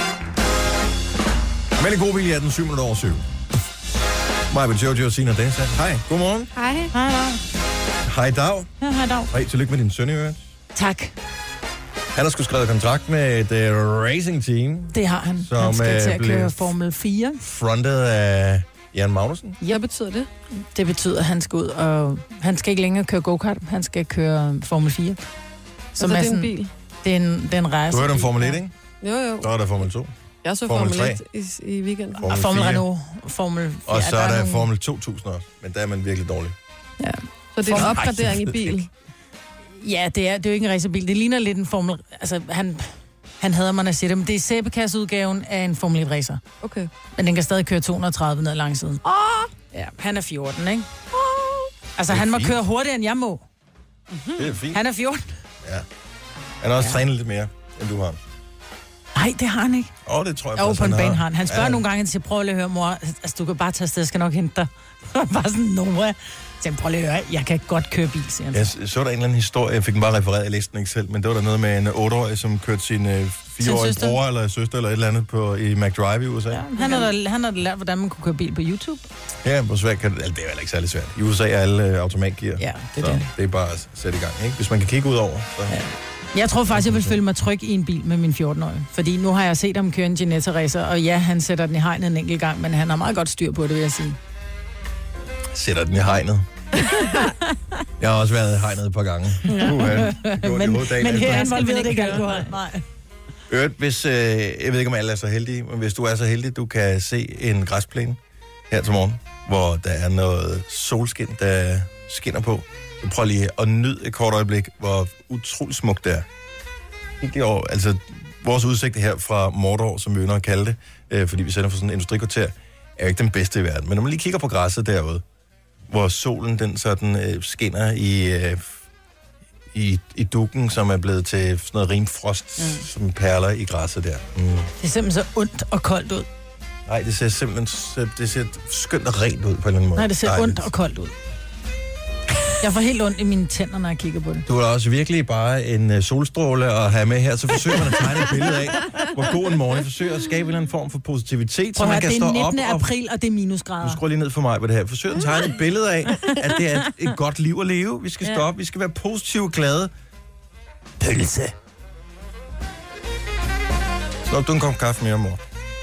Men en god bil er den syv minutter over syv. Mig med Jojo og Sina Densa. Hej, godmorgen. Hej. Hej, Dag. Hej Dag. Ja, hej, Dag. Hej, tillykke med din søn i øvrigt. Tak. Han har sgu skrevet kontrakt med et uh, racing team, Det har han. Som, han skal øh, til at blev- køre Formel fire. frontet af Jan Magnussen. Hvad betyder det? Det betyder, at han skal ud, og han skal ikke længere køre go-kart. Han skal køre Formel fire. Som altså, det er en bil? Det er en, det er en rejse. Du hørte om Formel et, ikke? Jo, jo. Så er der Formel to. Jeg så Formel Formel tre. et i, i weekenden. Og Formel fire. Renault. Formel fire. Og så er der nogle- Formel to tusind også. Men der er man virkelig dårlig. Ja. Så det er en Formel- opgradering i Ej, bil. Ja, det er, det er jo ikke en racerbil. Det ligner lidt en Formel... Altså, han, han hader mig, når jeg siger det, men det er sæbekasseudgaven af en Formel et racer. Okay. Men den kan stadig køre to hundrede og tredive ned langsiden. Åh! Ja, han er fjorten, ikke? Altså, Det er han må fint. køre hurtigere, end jeg må. Det er fint. Han er fjorten. Ja. Han har også Ja. trænet lidt mere, end du har. Nej, det har han ikke. Åh, oh, det tror jeg Jo, faktisk, på en han bane har. har han. Han spørger Ja. nogle gange, han siger, prøv lige at høre, mor. Altså, du kan bare tage afsted, jeg skal nok hente dig. Bare sådan, Nora. Så prøv lige at høre, jeg kan godt køre bil, siger han. Jeg s- så der en eller anden historie, jeg fik den bare refereret, jeg læste den ikke selv, men det var der noget med en otteårig, som kørte sin øh, fireårige søster. bror eller søster eller et eller andet på, i McDrive i U S A. Ja, han har da han har da lært, hvordan man kunne køre bil på YouTube. Ja, hvor svært kan det, altså, det er jo heller ikke særlig svært. I U S A er alle øh, automatgear, Ja, det er så det. det er bare at sætte i gang, ikke? Hvis man kan kigge ud over, så... Ja. Jeg tror faktisk, jeg vil føle mig tryg i en bil med min fjorten-årige. Fordi nu har jeg set ham køre en Ginetta-racer, og ja, han sætter den i hegnet en enkelt gang, men han har meget godt styr på det, vil jeg sige. Sætter den i hegnet. Jeg har også været i hegnet et par gange. Ja. Uh, Men, men her skal involverer man det ikke ikke køre. alkohol. Nej. Øvrigt, hvis, øh, jeg ved ikke, om alle er så heldige, men hvis du er så heldig, du kan se en græsplæne her til morgen, hvor der er noget solskin, der skinner på. Så prøv lige at nyde et kort øjeblik, hvor utrolig smukt det er. Ikke over, altså, vores udsigt her fra Mordor, som vi ynder at kalde det, øh, fordi vi sender for sådan en industrikvarter, er jo ikke den bedste i verden. Men når man lige kigger på græsset derude, hvor solen den sådan øh, skinner i, øh, i, i dukken, som er blevet til sådan noget rimfrost, mm. som perler i græsset der. Mm. Det er simpelthen så ondt og koldt ud. Nej, det ser simpelthen så- det ser skønt og rent ud på en eller anden måde. Nej, det ser Dejligt. ondt og koldt ud. Jeg får helt ondt i mine tænder, når jeg kigger på det. Du er også virkelig bare en uh, solstråle at have med her, så forsøger man at tegne et billede af, hvor god en morgen. Jeg forsøger at skabe en eller anden form for positivitet, så Prøv at man høre, kan det stå er op nittende og... april, og det er Du minusgrader. skruer lige ned for mig på det her. Forsøg at tegne et billede af, at det er et, et godt liv at leve. Vi skal stå op, vi skal være positive og glade. Pølse. Slå du en kop kaffe mere, mor.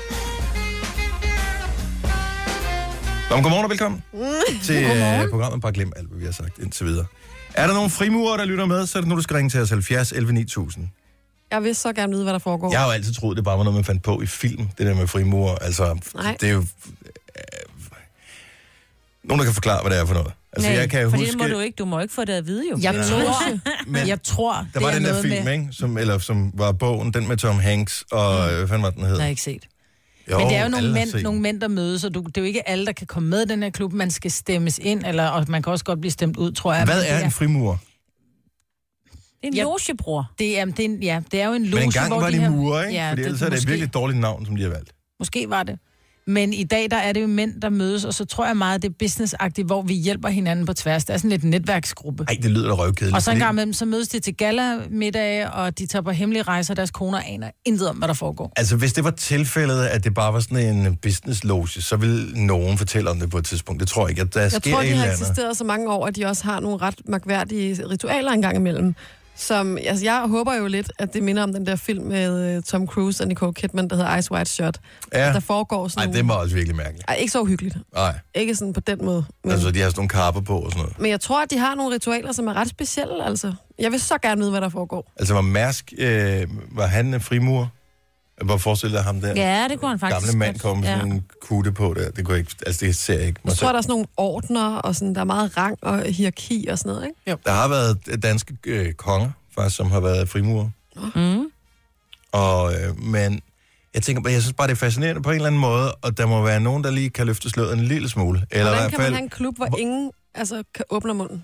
Nå, godmorgen og velkommen til uh, programmet. Bare glem alt, hvad vi har sagt indtil videre. Er der nogle frimurer, der lytter med, så er det nu, du skal ringe til os halvfjerds elleve ni tusind. Jeg vil så gerne vide, hvad der foregår. Jeg har jo altid troet, det bare var noget, man fandt på i film, det der med frimurer. Altså, Nej. det er jo... Øh, nogen, der kan forklare, hvad det er for noget. Altså, Nej, jeg kan jo fordi huske... det må du ikke. Du må ikke få det at vide, jo. Jeg Nej. tror, Men jeg tror, der var det er den der noget film, med... ikke? Som, eller, som var bogen, den med Tom Hanks, og mm. hvad fanden var den hed? Jeg har ikke set. Jo, Men det er jo nogle alle har mænd, set nogle den. mænd, der mødes, og du, det er jo ikke alle, der kan komme med i den her klub. Man skal stemmes ind, eller, og man kan også godt blive stemt ud, tror jeg. Hvad Men er det en frimurer? Det er en Ja. logebror. Det er, det er, en, ja, det er jo en loge, Men engang hvor var de det her- murer, ikke? Ja, Fordi ellers er det et måske, virkelig dårligt navn, som de har valgt. Måske var det. Men i dag, der er det jo mænd, der mødes, og så tror jeg meget, det er businessagtigt, hvor vi hjælper hinanden på tværs. Det er sådan lidt en netværksgruppe. Ej, det lyder da røvkedeligt. Og så en fordi- gang med dem, så mødes de til gala-middage, og de tager på hemmelige rejser, og deres koner aner intet om, hvad der foregår. Altså, hvis det var tilfældet, at det bare var sådan en business loge, så ville nogen fortælle om det på et tidspunkt. Det tror jeg ikke. Der Jeg sker tror, et de eller har andet. eksisteret så mange år, at de også har nogle ret mærkværdige ritualer engang imellem. Som, altså, jeg håber jo lidt, at det minder om den der film med uh, Tom Cruise og Nicole Kidman, der hedder Ice White Shot. Ja. Der foregår sådan Ej, nogle... det var også virkelig mærkeligt. Ej, ikke så uhyggeligt. Nej, Ikke sådan på den måde. Men, altså, de har sådan nogle karper på og sådan noget. men jeg tror, at de har nogle ritualer, som er ret specielle, altså. Jeg vil så gerne vide, hvad der foregår. Altså, var Mærsk, øh, var han en frimur? Hvor forestiller ham der? Ja, det kunne han faktisk. Gamle mand godt. kom med sådan en kutte på der. Det kunne jeg ikke, altså det ser jeg ikke. Jeg tror, der er sådan nogle ordner, og sådan, der er meget rang og hierarki og sådan noget, ikke? Der har været danske øh, konger, faktisk, som har været frimurer. Mm. Og, øh, men jeg tænker bare, jeg synes bare, det er fascinerende på en eller anden måde, og der må være nogen, der lige kan løfte sløret en lille smule. Eller i Hvordan hvert kan man fald, have en klub, hvor ingen altså, kan åbne munden?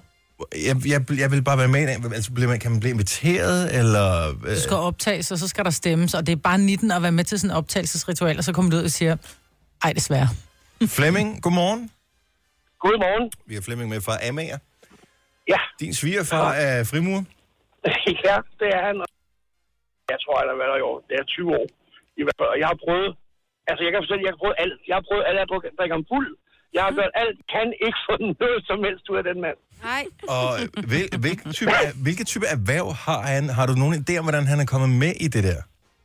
Jeg, jeg, jeg vil bare være med. Altså, bliver man, kan man blive inviteret, eller... Øh... Du skal optages, og så skal der stemmes, og det er bare nitten at være med til sådan en optagelsesritual, og så kommer du ud og siger, ej, desværre. Flemming, godmorgen. Godmorgen. Vi har Flemming med fra Amager. Ja. Din svigerfar er frimur? Ja, det er han. Jeg tror, han har været der i år. Det er tyve år. I hvert fald. Og jeg har prøvet... Altså, jeg kan fortælle, jeg har prøvet alt. Jeg har prøvet alt. Jeg har drukket, drikker ham fuld. Jeg har gjort alt. Kan ikke få noget som helst ud af den mand. Nej. Og hvil, hvilke, type af, hvilke type erhverv har han? Har du nogen idé om, hvordan han er kommet med i det der?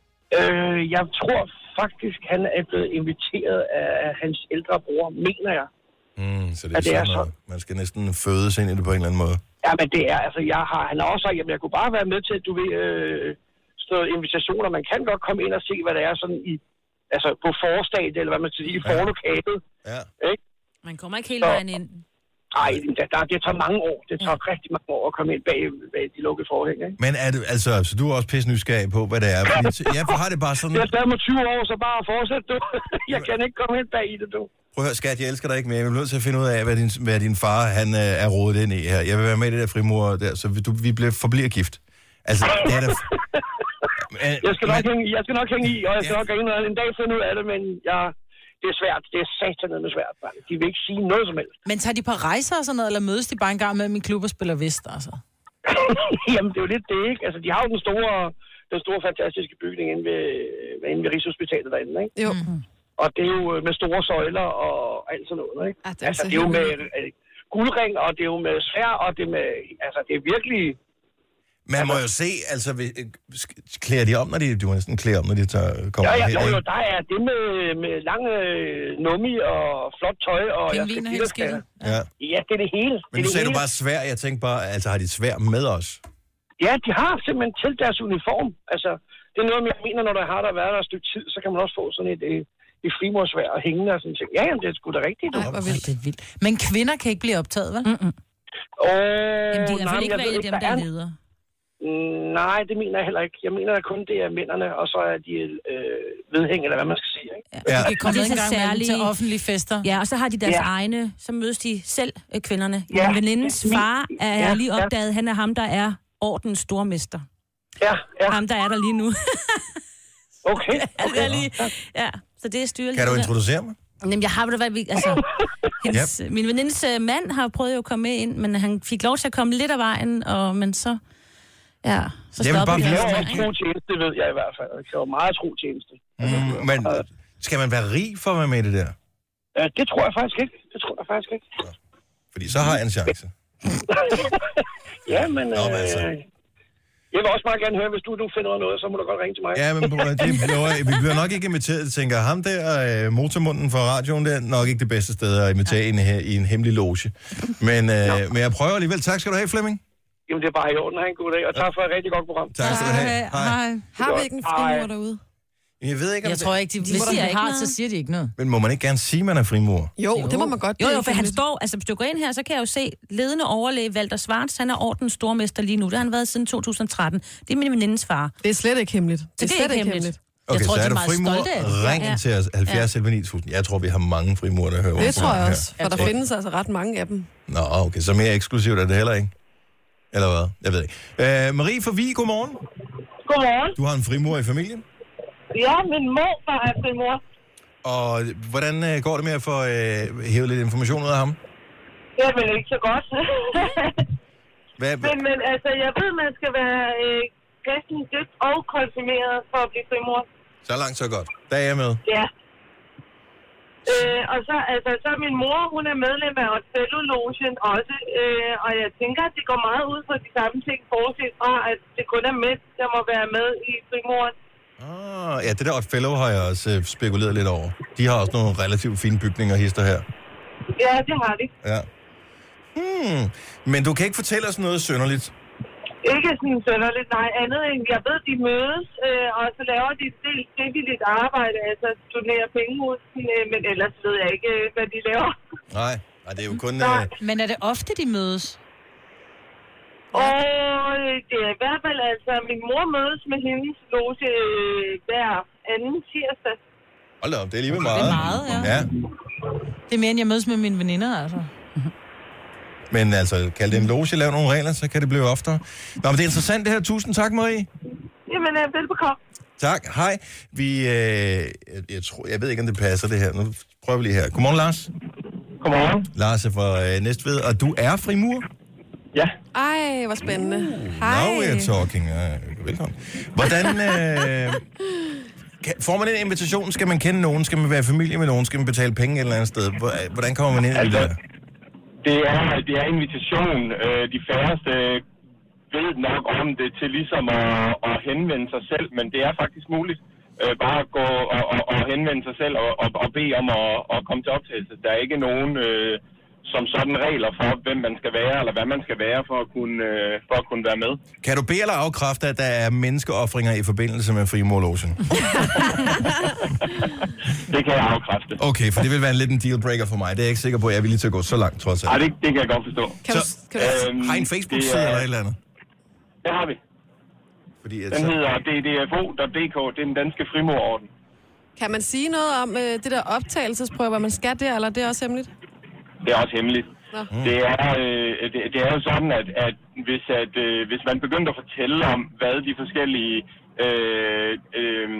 Øh, jeg tror faktisk, han er blevet inviteret af hans ældre bror, mener jeg. Mm, så det er, det er sådan, så. Man skal næsten fødes ind i det på en eller anden måde. Ja, men det er, altså, jeg har, han har også sagt, at jeg kunne bare være med til, at du ved, øh, stå invitationer. Man kan godt komme ind og se, hvad det er sådan i, altså på forstadiet, eller hvad man skal sige, i forlokalet. Ja. Ikke? Man kommer ikke hele vejen ind. Nej, det, der, det tager mange år. Det tager ja. rigtig mange år at komme ind bag, bag de lukkede forhæng, ikke? Men er du, altså, så du er også pisse nysgerrig på, hvad det er? Fordi, jeg har det bare sådan... Det er stadig med tyve år, så bare fortsæt, du. Jeg kan ikke komme ind bag i det, du. Prøv at høre, skat, jeg elsker dig ikke mere. Jeg bliver nødt til at finde ud af, hvad din, hvad din far han, øh, er rodet ind i her. Jeg vil være med i det der frimur der, så vi, du, vi bliver, forbliver gift. Altså, det er der... Men, jeg, skal nok hænge, jeg skal nok hænge i, og jeg skal ja. nok hænge en dag finde ud af det, men jeg... Det er svært. Det er satanede svært. Man. De vil ikke sige noget som helst. Men tager de på rejser og sådan noget, eller mødes de bare en gang med min klub og spiller vist, altså? Jamen, det er jo lidt det, ikke? Altså, de har jo den store, den store fantastiske bygning inde ved, inde ved Rigshospitalet derinde, ikke? Jo. Mm-hmm. Og det er jo med store søjler og alt sådan noget, ikke? Ah, det er altså, det er jo med uh, guldring, og det er jo med svær, og det er med... Altså, det er virkelig... Man må jo se, altså, klæder de om, når de... Du må næsten klæde om, når de tager, kommer ja, ja, her. Jo, jo, der er det med, med lange nummi og flot tøj, og jeg skal helt skille. Ja. ja, det er det hele. Men nu sagde du bare svær. Jeg tænkte bare, altså, har de svær med os? Ja, de har simpelthen til deres uniform. Altså, det er noget, jeg mener, når der har der været der et stykke tid, så kan man også få sådan et... et i frimursvær og hængende og sådan ting. Ja, jamen, det er sgu da rigtigt. Ej, hvor vildt. Det er vildt. Men kvinder kan ikke blive optaget, vel? Mm-mm. Åh, Jamen, de er i hvert fald ikke valgt dem, der er leder. Nej, det mener jeg heller ikke. Jeg mener, at kun det er mændene, og så er de øh, vedhæng, eller hvad man skal sige. Ikke? Ja. De kan komme en gang særlige... til offentlige fester. Ja, og så har de deres ja. egne, så mødes de selv, øh, kvinderne. Ja. Min venindens far er ja. lige opdaget, han er ham, der er ordens stormester. Ja, ja. Ham, der er der lige nu. Okay, okay. Ja, lige, ja, så det er styret. Kan du introducere mig? Jamen, jeg har jo hvad vi... Altså, hendes, yep. Min venindes uh, mand har prøvet jo at komme med ind, men han fik lov til at komme lidt af vejen, og, men så... Ja, så stoppede det. Det var tro tjeneste, ved jeg i hvert fald. Det var meget tro tjeneste. Mm, men skal man være rig for at være med i det der? Ja, det tror jeg faktisk ikke. Det tror jeg faktisk ikke. Ja. Fordi så har jeg en chance. ja, men... Nå, men altså... øh, jeg vil også meget gerne høre, hvis du nu finder noget, så må du godt ringe til mig. Ja, men det, vi bliver nok ikke inviteret. Jeg tænker, ham der, øh, motormunden fra radioen, der er nok ikke det bedste sted at invitere ja. ind her i en hemmelig loge. Men, øh, men jeg prøver alligevel. Tak skal du have, Flemming. Jamen, det er bare i orden. Ha' en god dag, og tak for et rigtig godt program. Tak skal du have. Hej. Hej. Har vi ikke en frimur derude? Jeg ved ikke, om jeg det... tror ikke, de, hvis de har, så siger de ikke noget. Men må man ikke gerne sige, at man er frimur? Jo, jo, det må man godt. Jo, jo, for han står, altså hvis du går ind her, så kan jeg jo se, ledende overlæge Walter Schwarz, han er ordens stormester lige nu. Det har han været siden to tusind og tretten. Det er min venindens far. Det er slet ikke hemmeligt. Det er, det er slet ikke hemmeligt. hemmeligt. Okay, jeg tror, så er de du frimur, ring ind til os, halvfjerds elleve ni tusind. Jeg tror, vi har mange frimurer, der hører. Det tror jeg også, for der findes altså ret mange af dem. Nå, okay, så mere eksklusivt er det heller ikke. Eller hvad? Jeg ved ikke. Øh, Marie fra Vig, godmorgen. Godmorgen. Du har en frimur i familien? Ja, min morfar er frimur. Og hvordan øh, går det med at få øh, hævet lidt information ud af ham? Jamen, ikke så godt. Hvad? Men, men altså, jeg ved, man skal være øh, kristen dybt og konfirmeret for at blive frimur. Så langt, så godt. Der er jeg med. Ja. Øh, og så, altså, så min mor, hun er medlem af Othello-logen også, øh, og jeg tænker, at det går meget ud på de samme ting, bortset fra, at det kun er mænd, der må være med i frimuren. Ah, ja, det der Othello har jeg også øh, spekuleret lidt over. De har også nogle relativt fine bygninger hister her. Ja, det har de. Ja. Hmm. Men du kan ikke fortælle os noget synderligt? Ikke sådan synderligt, nej. Andet end, jeg ved, de mødes, øh, og så laver de et del frivilligt arbejde, altså donerer penge ud, øh, men ellers ved jeg ikke, hvad de laver. Nej, nej det er jo kun... Øh... Men er det ofte, de mødes? Og det er i hvert fald, altså, min mor mødes med hendes loge øh, hver anden tirsdag. Hold da op, det er lige med meget. Det er meget, ja. ja. Det er mere, end jeg mødes med mine veninder, altså. Men altså, kald det en loge, lav nogle regler, så kan det blive oftere. Nå, men det er interessant det her. Tusind tak, Marie. Jamen, øh, velbekomme. Tak. Hej. Vi, øh, jeg, jeg, tror, jeg ved ikke, om det passer det her. Nu prøver vi lige her. Godmorgen, Lars. Godmorgen. Lars er fra øh, Næstved, og du er frimur? Ja. Ej, hvor spændende. Hej. Now we're talking. Ja, velkommen. Hvordan... Øh, kan, får man en invitation? Skal man kende nogen? Skal man være i familie med nogen? Skal man betale penge et eller andet sted? Hvordan kommer man ind i altså, det der? Det er, det er invitation. De færreste ved nok om det til ligesom at, at henvende sig selv, men det er faktisk muligt. Bare at gå og, og, og henvende sig selv og, og, og bede om at, at komme til optagelse. Der er ikke nogen øh, som sådan regler for, hvem man skal være, eller hvad man skal være for at kunne, øh, for at kunne være med. Kan du bede eller afkræfte, at der er menneskeoffringer i forbindelse med frimurlogen? Det kan jeg afkræfte. Okay, for det vil være en lidt en dealbreaker for mig. Det er jeg ikke sikker på, at jeg er villig til at gå så langt, trods alt. Nej, det, det kan jeg godt forstå. Kan så, du, kan du... Øhm, har I en Facebook-side eller et eller andet? Det har vi. Fordi, at den så... hedder d d f o punktum d k. Det er den danske frimurorden. Kan man sige noget om øh, det der optagelsesprøve, hvad man skal der, eller det er også hemmeligt? Det er også hemmeligt. Mm. Det, er, øh, det, det er jo sådan, at, at, hvis, at øh, hvis man begyndte at fortælle om, hvad de forskellige øh, øh,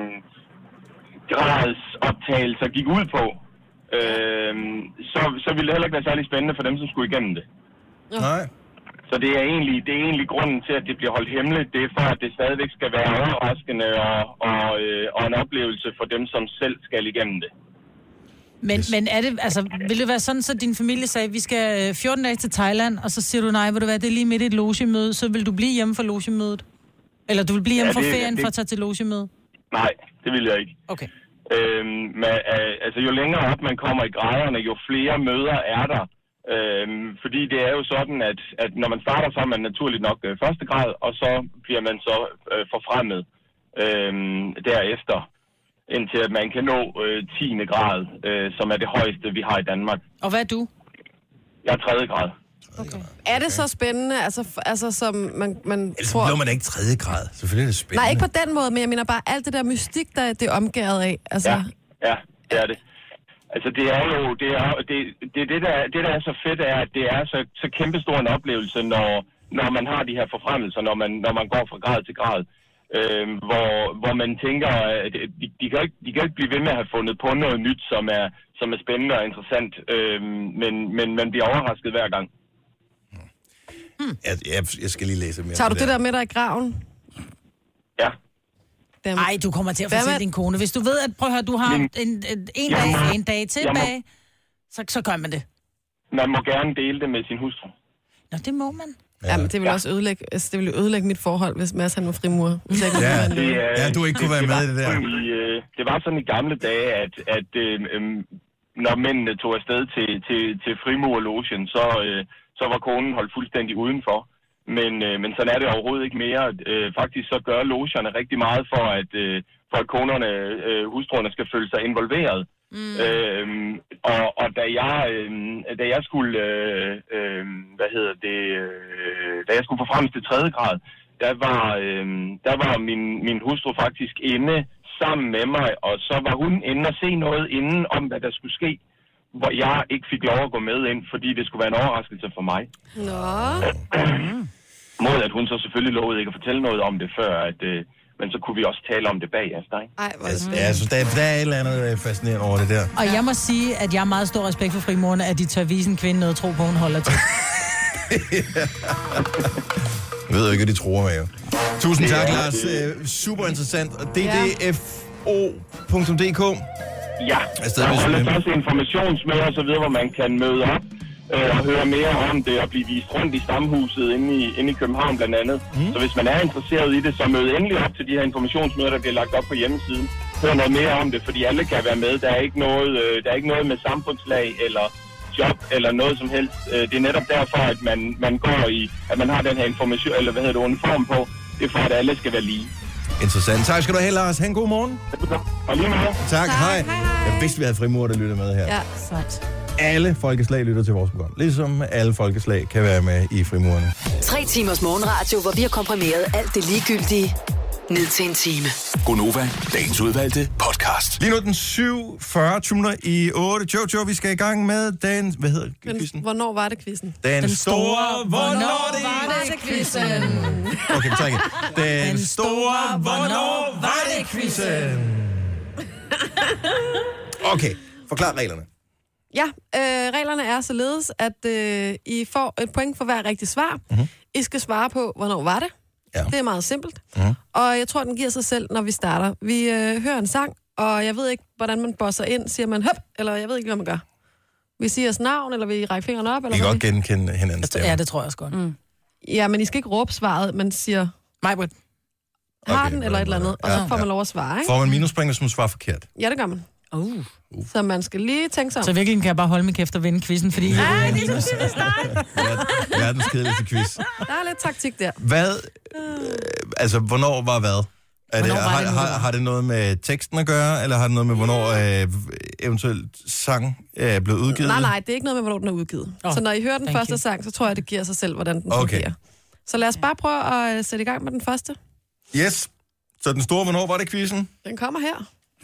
gradsoptagelser gik ud på, øh, så, så ville det heller ikke være særlig spændende for dem, som skulle igennem det. Ja. Nej. Så det er, egentlig, det er egentlig grunden til, at det bliver holdt hemmeligt. Det er for, at det stadigvæk skal være overraskende og, og, øh, og en oplevelse for dem, som selv skal igennem det. Men, yes. men er det, altså, vil det være sådan, så din familie sagde, at vi skal fjorten dage til Thailand, og så siger du, nej, vil du være, det er lige midt i et logemøde, så vil du blive hjemme fra logemødet? Eller du vil blive hjemme ja, fra ferien det, for at tage til logemøde? Nej, det vil jeg ikke. Okay. Øhm, men, øh, altså, jo længere op man kommer i graderne, jo flere møder er der. Øhm, fordi det er jo sådan, at, at når man starter, så er man naturligt nok øh, første grad, og så bliver man så øh, forfremmet øh, derefter, indtil at man kan nå øh, tiende grad, øh, som er det højeste, vi har i Danmark. Og hvad er du? Jeg er tredje grad. Okay. Er det så spændende, altså, altså som man, man Ellers tror... bliver man ikke tredje grad. Selvfølgelig er det spændende. Nej, ikke på den måde, men jeg mener bare alt det der mystik, der det er omgået af. Altså... Ja, ja, det er det. Altså, det er jo, det er, det, det, det, der, det der er så fedt, er, at det er så, så kæmpestor en oplevelse, når, når man har de her forfremmelser, når man, når man går fra grad til grad. Øh, hvor, hvor man tænker, at de, de, kan ikke, de kan ikke blive ved med at have fundet på noget nyt, som er, som er spændende og interessant, øh, men, men man bliver overrasket hver gang. Hmm. Jeg, jeg, jeg skal lige læse mere. Tager du det der med dig i graven? Ja. Nej, du kommer til at fortælle din kone. Hvis du ved, at prøv at høre, du har en, en, en, dag, en dag tilbage, må, så, så gør man det. Man må gerne dele det med sin hustru. Nå, det må man. Ja, Jamen, det vil ja. også ødelægge, altså, det vil ødelægge mit forhold, hvis Mads han var frimur. Ja, det, ja, du ikke kunne det, være med i det der. I, øh, det var sådan i gamle dage, at, at øh, øh, når mændene tog afsted til, til, til frimurlogen, så, øh, så var konen holdt fuldstændig udenfor. Men, øh, men sådan er det overhovedet ikke mere. Øh, faktisk så gør logerne rigtig meget for, at, øh, for at konerne, øh, hustruerne skal føle sig involveret. Mm. Øh, og, og da jeg øh, da jeg skulle øh, øh, hvad hedder det øh, da jeg skulle forfremmes til tredje grad, der var øh, der var min min hustru faktisk inde sammen med mig, og så var hun inde og se noget inden om hvad der skulle ske, hvor jeg ikke fik lov at gå med ind, fordi det skulle være en overraskelse for mig. Nå. Mod at hun så selvfølgelig lovede ikke at fortælle noget om det før, at øh, men så kunne vi også tale om det bagefter, ikke? Ej, hvor altså, ja, så der, der er et eller andet fascinerende over det der. Og jeg må sige, at jeg har meget stor respekt for frimurerne, at de tør vise en kvinde noget tro på, hun holder til. Jeg ved jo ikke, at de tror med jo. Tusind tak, Lars. Det... Super interessant. D D F O punktum d k. Ja, der holder også informationsmøder og så videre, hvor man kan møde op og høre mere om det og blive vist rundt i Stamhuset inde i, inde i København blandt andet. Mm. Så hvis man er interesseret i det, så mød endelig op til de her informationsmøder, der bliver lagt op på hjemmesiden. Hør noget mere om det, fordi alle kan være med. Der er ikke noget, der er ikke noget med samfundslag eller job eller noget som helst. Det er netop derfor, at man, man går i, at man har den her information, eller hvad hedder det, uniform på. Det er for, at alle skal være lige. Interessant. Tak skal du have, Lars. Ha' en god morgen. Og lige med. Tak. Hej. Hej. Jeg vidste, vi havde frimur, der lytter med her. Ja, sejt. Alle folkeslag lytter til vores program. Ligesom alle folkeslag kan være med i frimurerne. Tre timers morgenradio, hvor vi har komprimeret alt det ligegyldige ned til en time. Gonova, dagens udvalgte podcast. Lige nu den syv fyrre i otte. Jojo, vi skal i gang med den... Hvad hedder quizzen? Hvornår var det quizzen? Den, den store... Hvornår var det quizzen? Okay, vi tager igen. Den, den store... Hvornår var det quizzen? Okay, forklar reglerne. Ja, øh, reglerne er således, at øh, I får et point for hver rigtig svar. Mm-hmm. I skal svare på, hvornår var det? Ja. Det er meget simpelt. Mm-hmm. Og jeg tror, den giver sig selv, når vi starter. Vi øh, hører en sang, og jeg ved ikke, hvordan man bosser ind. Siger man høp, eller jeg ved ikke, hvad man gør. Vi siger os navn, eller vi rækker fingrene op? Eller I kan godt genkende hinandens stemmer. Ja, det tror jeg også godt. Mm. Ja, men I skal ikke råbe svaret, man siger... Majbrit. Har okay, den, eller et eller andet, og ja, så får man lov at svare, ikke? Får man minuspoint, hvis man svarer forkert? Ja, det gør man. Uh. Uh. Så man skal lige tænke sig om. Så virkelig kan jeg bare holde min kæft og vinde quizzen, fordi... Nej, det er så typisk dig. Verdens kedeligste quiz. Der er lidt taktik der. Hvad? Øh, altså, hvornår var hvad? Er det, var har, det, har, har det noget med teksten at gøre, eller har det noget med, hvornår øh, eventuelt sang er blevet udgivet? Nej, nej, det er ikke noget med, hvornår den er udgivet. Oh, så når I hører den første you. sang, så tror jeg, det giver sig selv, hvordan den okay. fungerer. Så lad os bare prøve at sætte i gang med den første. Yes. Så den store, hvornår var det quizzen? Den kommer her.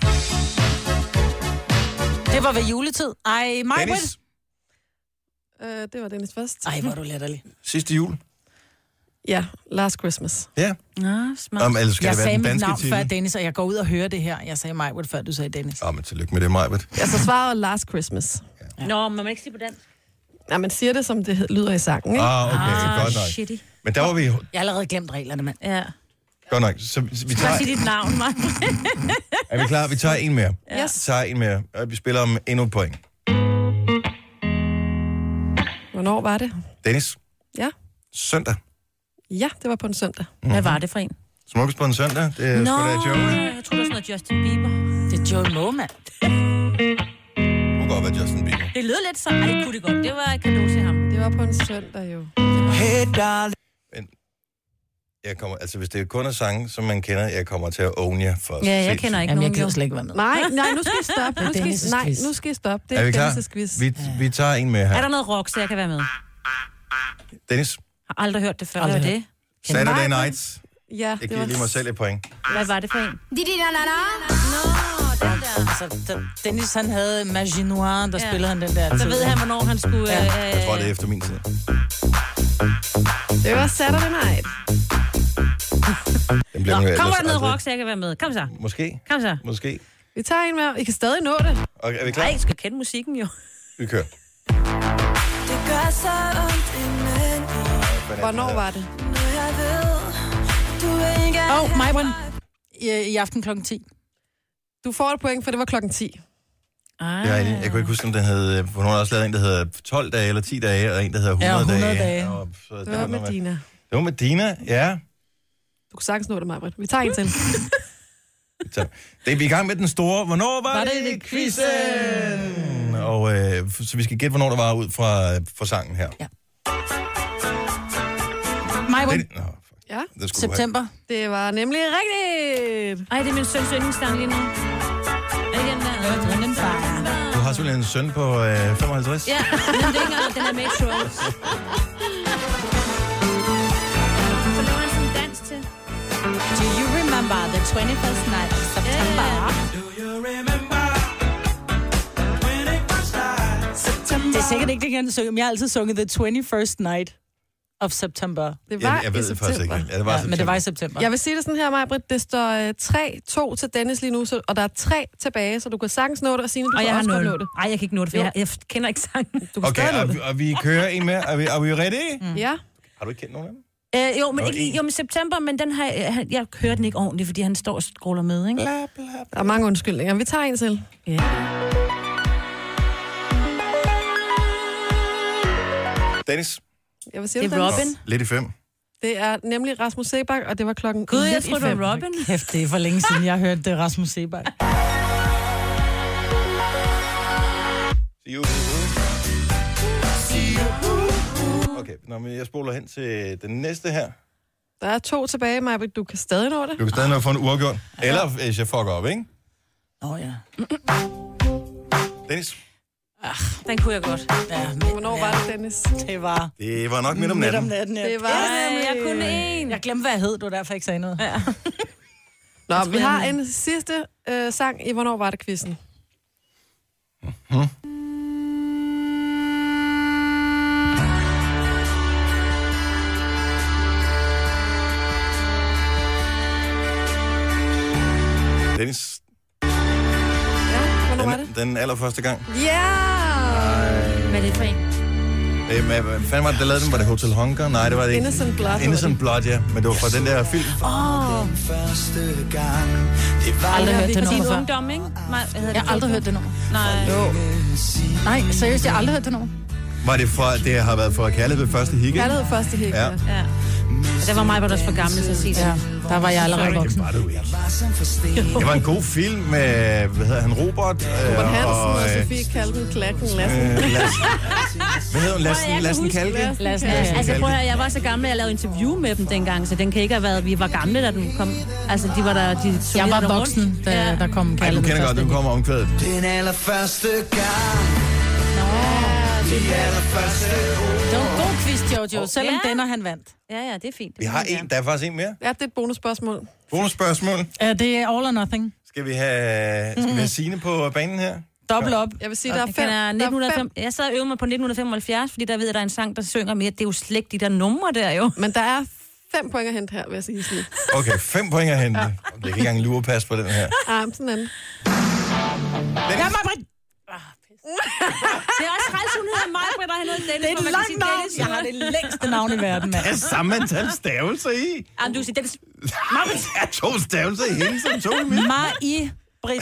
Det var ved juletid. Ej, Majbrit. Øh, det var Dennis først. Ej, hvor er du latterlig. Sidste jul? Ja, Last Christmas. Ja. Nå, smart. Om, altså, jeg det sagde mit navn titel? før Dennis, og jeg går ud og hører det her. Jeg sagde Majbrit, før du sagde Dennis. Åh, oh, men tillykke med det, Majbrit. Ja, så svaret Last Christmas. Ja. Nå, man må ikke sige på dansk. Ja, man siger det, som det lyder i sangen, ikke? Ah, okay, ah, godt nok. Shitty. Men der var vi... Jeg har allerede glemt reglerne, mand. Ja. Godt nok. Så vi tager... tager... sige dit navn, Mark. Er vi klar? Vi tager en mere. Yes. Vi tager en mere. Vi spiller om endnu et point. Hvornår var det? Dennis? Ja? Søndag. Ja, det var på en søndag. Mm-hmm. Hvad var det for en? Smukkest på en søndag. Det er Nå, sgu da Joe. jeg tror, det var sådan noget Justin Bieber. Det er Joe Moe, mand. Det kunne godt være Justin Bieber. Det lød lidt så. Ej, det kunne det godt. Det var kado til ham. Det var på en søndag, jo. Hey, darling. Men jeg kommer, altså hvis det kun er sange, som man kender, jeg kommer til at own jer for. Ja, jeg kender ikke Jamen, nogen. jeg kan slet ikke være med. Nej, nej, nu skal I stoppe. Nu skal I, nej, nu skal I stoppe. Det er, er vi klar? Dennis' quiz. Vi, vi tager en med her. Er der noget rock, så jeg kan være med? Dennis? Har aldrig hørt det før. Aldrig Hvad var det? Saturday Nights. Ja, jeg giver lige mig selv et point. Hvad var det for en? Nå, den der. Altså, Dennis, han havde Magie Noir, der ja. spillede han den der. Så ved han, hvornår han skulle... Ja. Øh... Jeg tror, det er efter min tid. Det var Saturday Night. Den bliver Nå, nu, kommer der noget rock, så jeg kan være med? Kom så. Måske. Kom så. Måske. Vi tager en mere. I kan stadig nå det. Okay, er vi klar? Nej, I skal kende musikken jo. Vi kører. Hvornår var det? Åh, oh, Majbrit. I, I aften klokken ti. Du får et point, for det var klokken ti. Ah. Jeg, jeg kunne ikke huske, om den hed... For nogen har også lavet en, der hedder tolv dage eller ti dage, og en, der hedder hundrede, ja, hundrede dage. dage. Og, så det, det var med Dina. Det var med Dina, ja. Du kunne sagtens nå det, Majbrit. Vi tager en til. Så, det er vi i gang med den store... Hvornår var, var det, det quizzen? Og øh, så vi skal gætte, hvornår der var ud fra, fra sangen her. Ja. Majbrit. Det, ja. Det September. Det var nemlig rigtigt. Ej, det er min søns yndlingsstang lige nu. Er det den der? Du har simpelthen en søn på øh, femoghalvtreds? Ja, men det er ikke engang, den er med i Trolls. Så laver han sådan en dans til. Do you remember the twenty-first night of September? Do you remember the twenty-first night of September? Det er sikkert ikke det, jeg kan synge, men jeg har altid sunget the twenty-first night of September. Det var jeg, jeg ved det faktisk ikke. Ja, det var ja, men det var i september. Jeg vil sige det sådan her, Majbrit. Det står tre to til Dennis lige nu, så, og der er tre tilbage, så du kan sagtens nå det, og Signe, du og kan jeg også har godt nå det. Nej, jeg kan ikke nå det, for jeg, jeg kender ikke sangen. Du kan okay, og, og vi kører en mere. Er vi, er vi ready? Mm. Ja. Har du ikke kendt nogen af dem? Øh, jo, men ikke, jo, men september, men den har, jeg, jeg hører den ikke ordentligt, fordi han står og scroller med, ikke? Bla, bla, bla. Der er mange undskyldninger. Vi tager en til. Ja. Yeah. Dennis? Jeg vil sige, det er Robin. Lidt i fem. Det er nemlig Rasmus Sebak, og det var klokken Gud, jeg tror, det var Robin. Kæft, det er for længe siden, jeg har hørt det Rasmus Sebak. Okay, nå, men jeg spoler hen til den næste her. Der er to tilbage, Majbrit. Du kan stadig nå det. Du kan stadig nå at få en uafgjort. Eller hvis jeg fucker op, ikke? Åh, oh, ja. Dennis? Ach, den kunne jeg godt. Ja, men, Hvornår ja. var det, Dennis? Det var... Det var nok midt om natten. Midt om natten, ja. Det var ja, jeg kunne en. Jeg glemte, hvad jeg hed, du derfor ikke sagde noget. Ja. Nå, Jeg tror, vi har jeg- en sidste øh, sang i Hvornår var det quizzen? Hmm. Dennis, Ja, hvornår var det? den, den allerførste gang. Ja! Hvad er det for en? Øh, hvad, hvad fanden var det, der lavede den? Var det Hotel Hunger? Nej, det var det ikke. Innocent Blood. Innocent Blood, ja. Men det var fra den der film. Åh, oh, Aldrig hørt det fra nummer din før. ungdom, ikke? Nej, hvad hedder Jeg har aldrig hørt det nummer. Nej. Jo. Nej, seriøst, jeg har aldrig hørt det nummer. Var det fra, det har været fra Kærlighed ved første hikke? Kærlighed første hik, Ja. ja. Ja. Og der var mig, var der for gammel til at sige det. Ja, der var jeg allerede voksen. Det var det jo ikke. Det var en god film med, hvad hedder han, Robert? Øh, Robert Hansen og, øh, Sofie Kalken, Klakken, Lassen. øh, Lassen. Hvad hedder hun? Lassen, kan Lassen huske Kalke? Lassen. Lassen, Ja, ja. altså prøv at høre, jeg var så gammel, at jeg lavede interview med dem dengang, så den kan ikke have været, vi var gamle, da den kom. Altså, de var der, de tog Jeg var lidt rundt. voksen, da Ja. der kom Ej, du Kærlighed kender ved godt, første nu kommer omkvædet. Den allerførste gang. De allerførste Det var en god quiz, Jojo, selvom Ja. den og han vandt. Ja, ja, det er fint. Vi har en, der er faktisk en mere. Ja, det er et bonusspørgsmål. Bonusspørgsmål. Ja, det er all or nothing. Skal vi have, skal vi have Signe på banen her? Dobbelt op. Jeg vil sige, der er Jeg, fem. kan, Der er nitten fem. fem, jeg sad og øvede mig på nitten femoghalvfjerds, fordi der ved jeg, der er en sang, der synger mere. Det er jo slet ikke de der numre der, jo. Men der er fem point at hente her, vil jeg sige sådan. Okay, fem point at hente. Jeg kan ikke engang lure pas på den her. Ah, sådan anden. Ja, Maj-Brit! Det er også træls, hun hedder mig, Britt, og han hedder Dennis. Det er et langt navn. Jeg har det længste navn i verden, mand. Der er samme antal stavelser i. Jamen, du siger Dennis. Der er to stavelser i hende, som to i mit. Maj-Brit.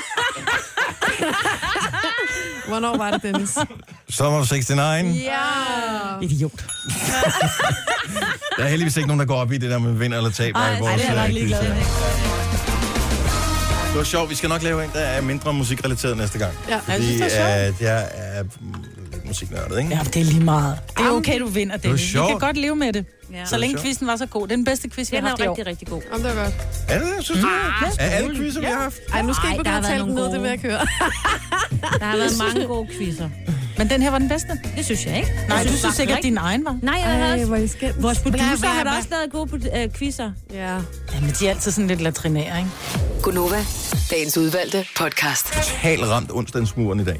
Hvornår var det, Dennis? Summer of seksogtres. Ja! Idiot. Der er heldigvis ikke nogen, der går op i det der med vinder eller taber Ej, i vores ej, det er jeg nok øh, ligeglad quiz her. med. Det var sjovt. Vi skal nok lave en, der er mindre musikrelateret næste gang. Ja, jeg Fordi synes, det er at jeg er mm, lidt musiknørdet, ikke? Ja, det er lige meget. Det er okay, du vinder, var Dennis. Vi sjovt. kan godt leve med det. Ja. Så længe sjovt. quizzen var så god. Det er den bedste quiz, vi Den har er haft i år. rigtig, rigtig god. Om det var godt. Er det det, synes du? Ah, Er alle quizzer, vi har haft? Ej, nu skal Ej, jeg ikke der har begynde at været tale den nogle ned, det vil jeg køre. Der har været mange gode quizzer. Men den her var den bedste. Det synes jeg ikke. Nej, Jeg du synes faktisk sikkert, ikke. din egen var. Nej, jeg har Ej, også... hvor I skændt. Vores producer Bla, bla, har da bla. også lavet gode øh, quizzer. Ja. Jamen, de er altid sådan lidt latrinære, ikke? Gunova, dagens udvalgte podcast. Totalt ramt onsdagsmuren i dag.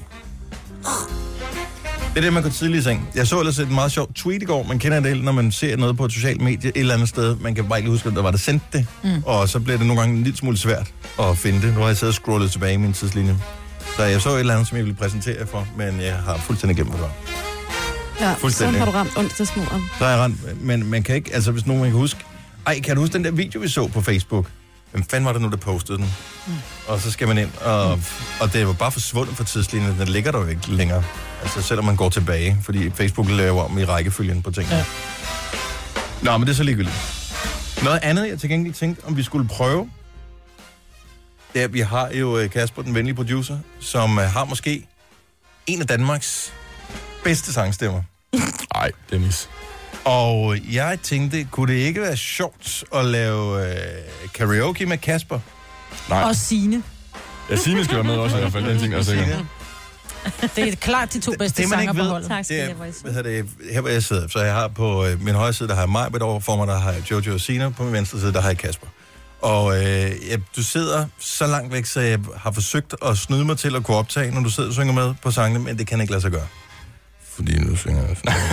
Det er det, man går tidligt i seng. Jeg så ellers et meget sjovt tweet i går. Man kender det, når man ser noget på et socialt medie et eller andet sted. Man kan bare ikke huske, at der var der sendt det. Mm. Og så bliver det nogle gange en lille smule svært at finde det. Nu har jeg siddet og scrollet tilbage i min tidslinje. Så jeg så et eller andet, som jeg ville præsentere jer for, men jeg har fuldstændig glemt det. Ja, Fuldstændig. så har du ramt onsdagsmuren. Så er jeg ramt, men man kan ikke, altså hvis nogen kan huske... Ej, kan du huske den der video, vi så på Facebook? Hvem fanden var det nu, der postede den? Mm. Og så skal man ind, og, mm. og det var bare forsvundet fra tidslinjen. Den ligger der jo ikke længere. Altså selvom man går tilbage, fordi Facebook laver om i rækkefølgen på tingene. Ja. Nå, men det er så ligegyldigt. Noget andet, jeg til gengæld tænkte, om vi skulle prøve, det er, at vi har jo Kasper, den venlige producer, som har måske en af Danmarks bedste sangstemmer. Ej, Dennis. Og jeg tænkte, kunne det ikke være sjovt at lave øh, karaoke med Kasper? Nej. Og Signe. Ja, Signe skal være med også i hvert fald. Den ting er sikkert. Det er klart de to bedste det, man sanger ikke på ved, holdet. Tak skal det jeg er, have, hvad hedder det, her hvor jeg sidder, så jeg har på øh, min højre side, der har jeg Maj-Brit over for mig, der har jeg Jojo og Sina, på min venstre side, der har jeg Kasper. Og øh, ja, du sidder så langt væk, så jeg har forsøgt at snyde mig til at kunne optage, når du sidder og synger med på sangene, men det kan ikke lade sig gøre. Fordi nu synger jeg sådan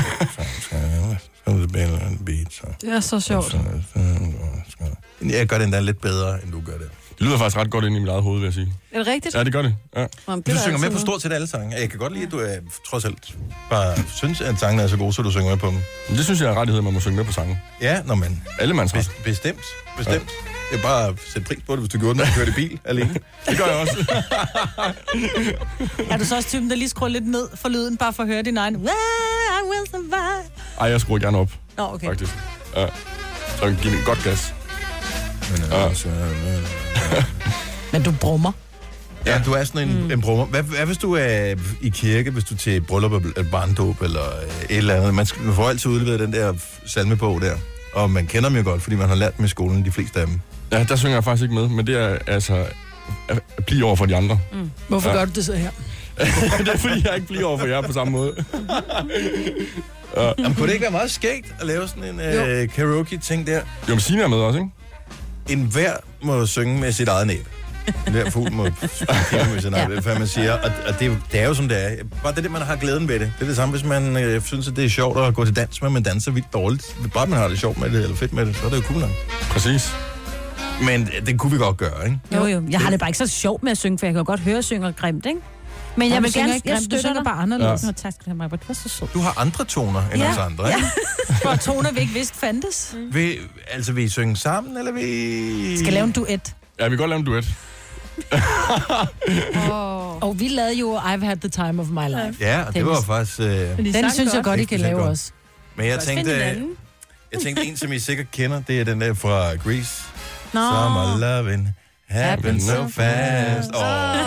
Det er så sjovt. Jeg gør det endda lidt bedre, end du gør det. Det lyder faktisk ret godt ind i mit eget hoved, vil jeg sige. Er det rigtigt? Ja, det gør det. Ja. Jamen, Du er synger med altid på stort set alle sange. Jeg kan godt lide, at du er trods alt bare synes, at sangene er så gode, så du synger med på dem. Men det synes jeg er rettighed, man må synge med på sangen. Ja, nå men. Alle mands ret. Bes- bestemt. Bestemt. Ja. Det er bare at sætte pris på det, hvis du gjorde det, når du kørte i bil alene. Det gør jeg også. Er du så også typen, der lige skruer lidt ned for lyden, bare for at høre din egen? Well, I will survive. Ej, jeg skruer gerne op, Nå, okay. faktisk. Ja. Så giv det godt gas. Men, Ja. altså, Men du brummer. ja, du er sådan en, mm. en brummer. Hvad, hvad hvis du er i kirke, hvis du er til bryllup eller barndåb eller et eller andet? Man, skal, man får altid udleveret den der salmebog der. Og man kender dem jo godt, fordi man har lært dem i skolen, de fleste af dem. Ja, der synger jeg faktisk ikke med, men det er altså at blive over for de andre. Mm. Hvorfor Ja. gør du det så her? Det er fordi, jeg ikke bliver over for jer på samme måde. Ja. Jamen, kunne det ikke være meget skægt at lave sådan en øh, karaoke-ting der? Jo, men Signe er med også, ikke? en hver må synge med sit eget næb. Hver fugl må synge med sit eget næb, hvad man siger. Og, og det, det er jo som det er. Bare det, det, man har glæden ved det. Det er det samme, hvis man øh, synes, at det er sjovt at gå til dans, men man danser vildt dårligt. Bare man har det sjovt med det, eller fedt med det, så er det jo cool nok. Præcis. Men det kunne vi godt gøre, ikke? Jo, jo. Jeg har det bare ikke så sjovt med at synge, for jeg kan jo godt høre, at jeg synger grimt, ikke? Men Ja, jeg du vil synger gerne... ikke Jeg grimt, du støtter synger dig. bare anderledes. Nå, tak skal du have, Maja. Det var så sødt. Du har andre toner end Ja. os andre, Ja. ikke? For toner, vi ikke vidste fandtes. Mm. Vil, altså, vil I synge sammen, eller vil I... Skal lave en duet. Ja, vi kan godt lave en duet. oh. Og vi lavede jo I've Had the Time of My Life. Ja, og det var faktisk... Øh... Den synes jeg godt, I kan lave også. Men jeg tænkte, jeg tænkte, en, som I sikkert kender, det er den der fra Grease. Nå. Summer loving happens so fast. Åh.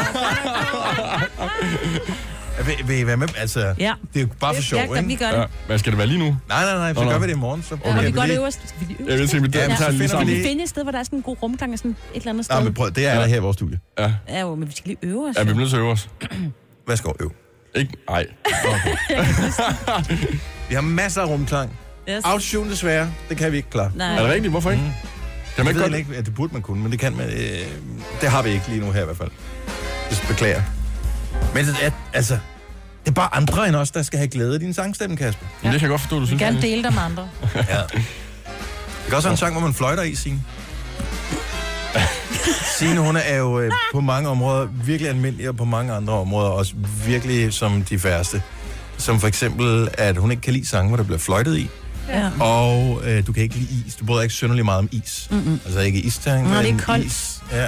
Vil, vil I være med? Altså, ja. Det er jo bare for sjov, ja, ikke? vi gør det. Ja. Hvad skal det være lige nu? Nej, nej, nej, så gør vi det i morgen. Så Ja, og vi jeg gør lige- det øverst. Skal vi lige Jeg vil sige, vi Ja, tager så det lige finder sammen. vi Vi lige- finder et sted, hvor der er sådan en god rumklang, sådan et eller andet sted. Nej, men prøv, det er der her i vores studie. Ja. Ja, jo, men vi skal lige øve os. Ja, vi bliver nødt til at øve os. Hvad skal øve? Ikke? Nej. Okay. Vi har masser af rumklang. Yes. Autotune desværre, det kan vi ikke klare. Nej. Er det rigtigt? Hvorfor ikke? Mm. Kan man Jeg ikke ved godt... ikke, at det burde man kunne, men det kan man. Øh, det har vi ikke lige nu her i hvert fald. Det beklager. Men det er, altså, det er bare andre end os, der skal have glæde af din sangstemme, Kasper. Men det kan jeg godt forstå, du Vi synes. kan gerne dele dig med andre. Ja. Det kan også være en sang, hvor man fløjter i, Signe. Signe, hun er jo øh, på mange områder virkelig almindelig, og på mange andre områder også virkelig som de færreste. Som for eksempel, at hun ikke kan lide sange, hvor der bliver fløjtet i. Ja. Og øh, du kan ikke lide is. Du bryder ikke synderligt meget om is. Mm-mm. Altså ikke istang, Nå, det er men koldt. is. Ja.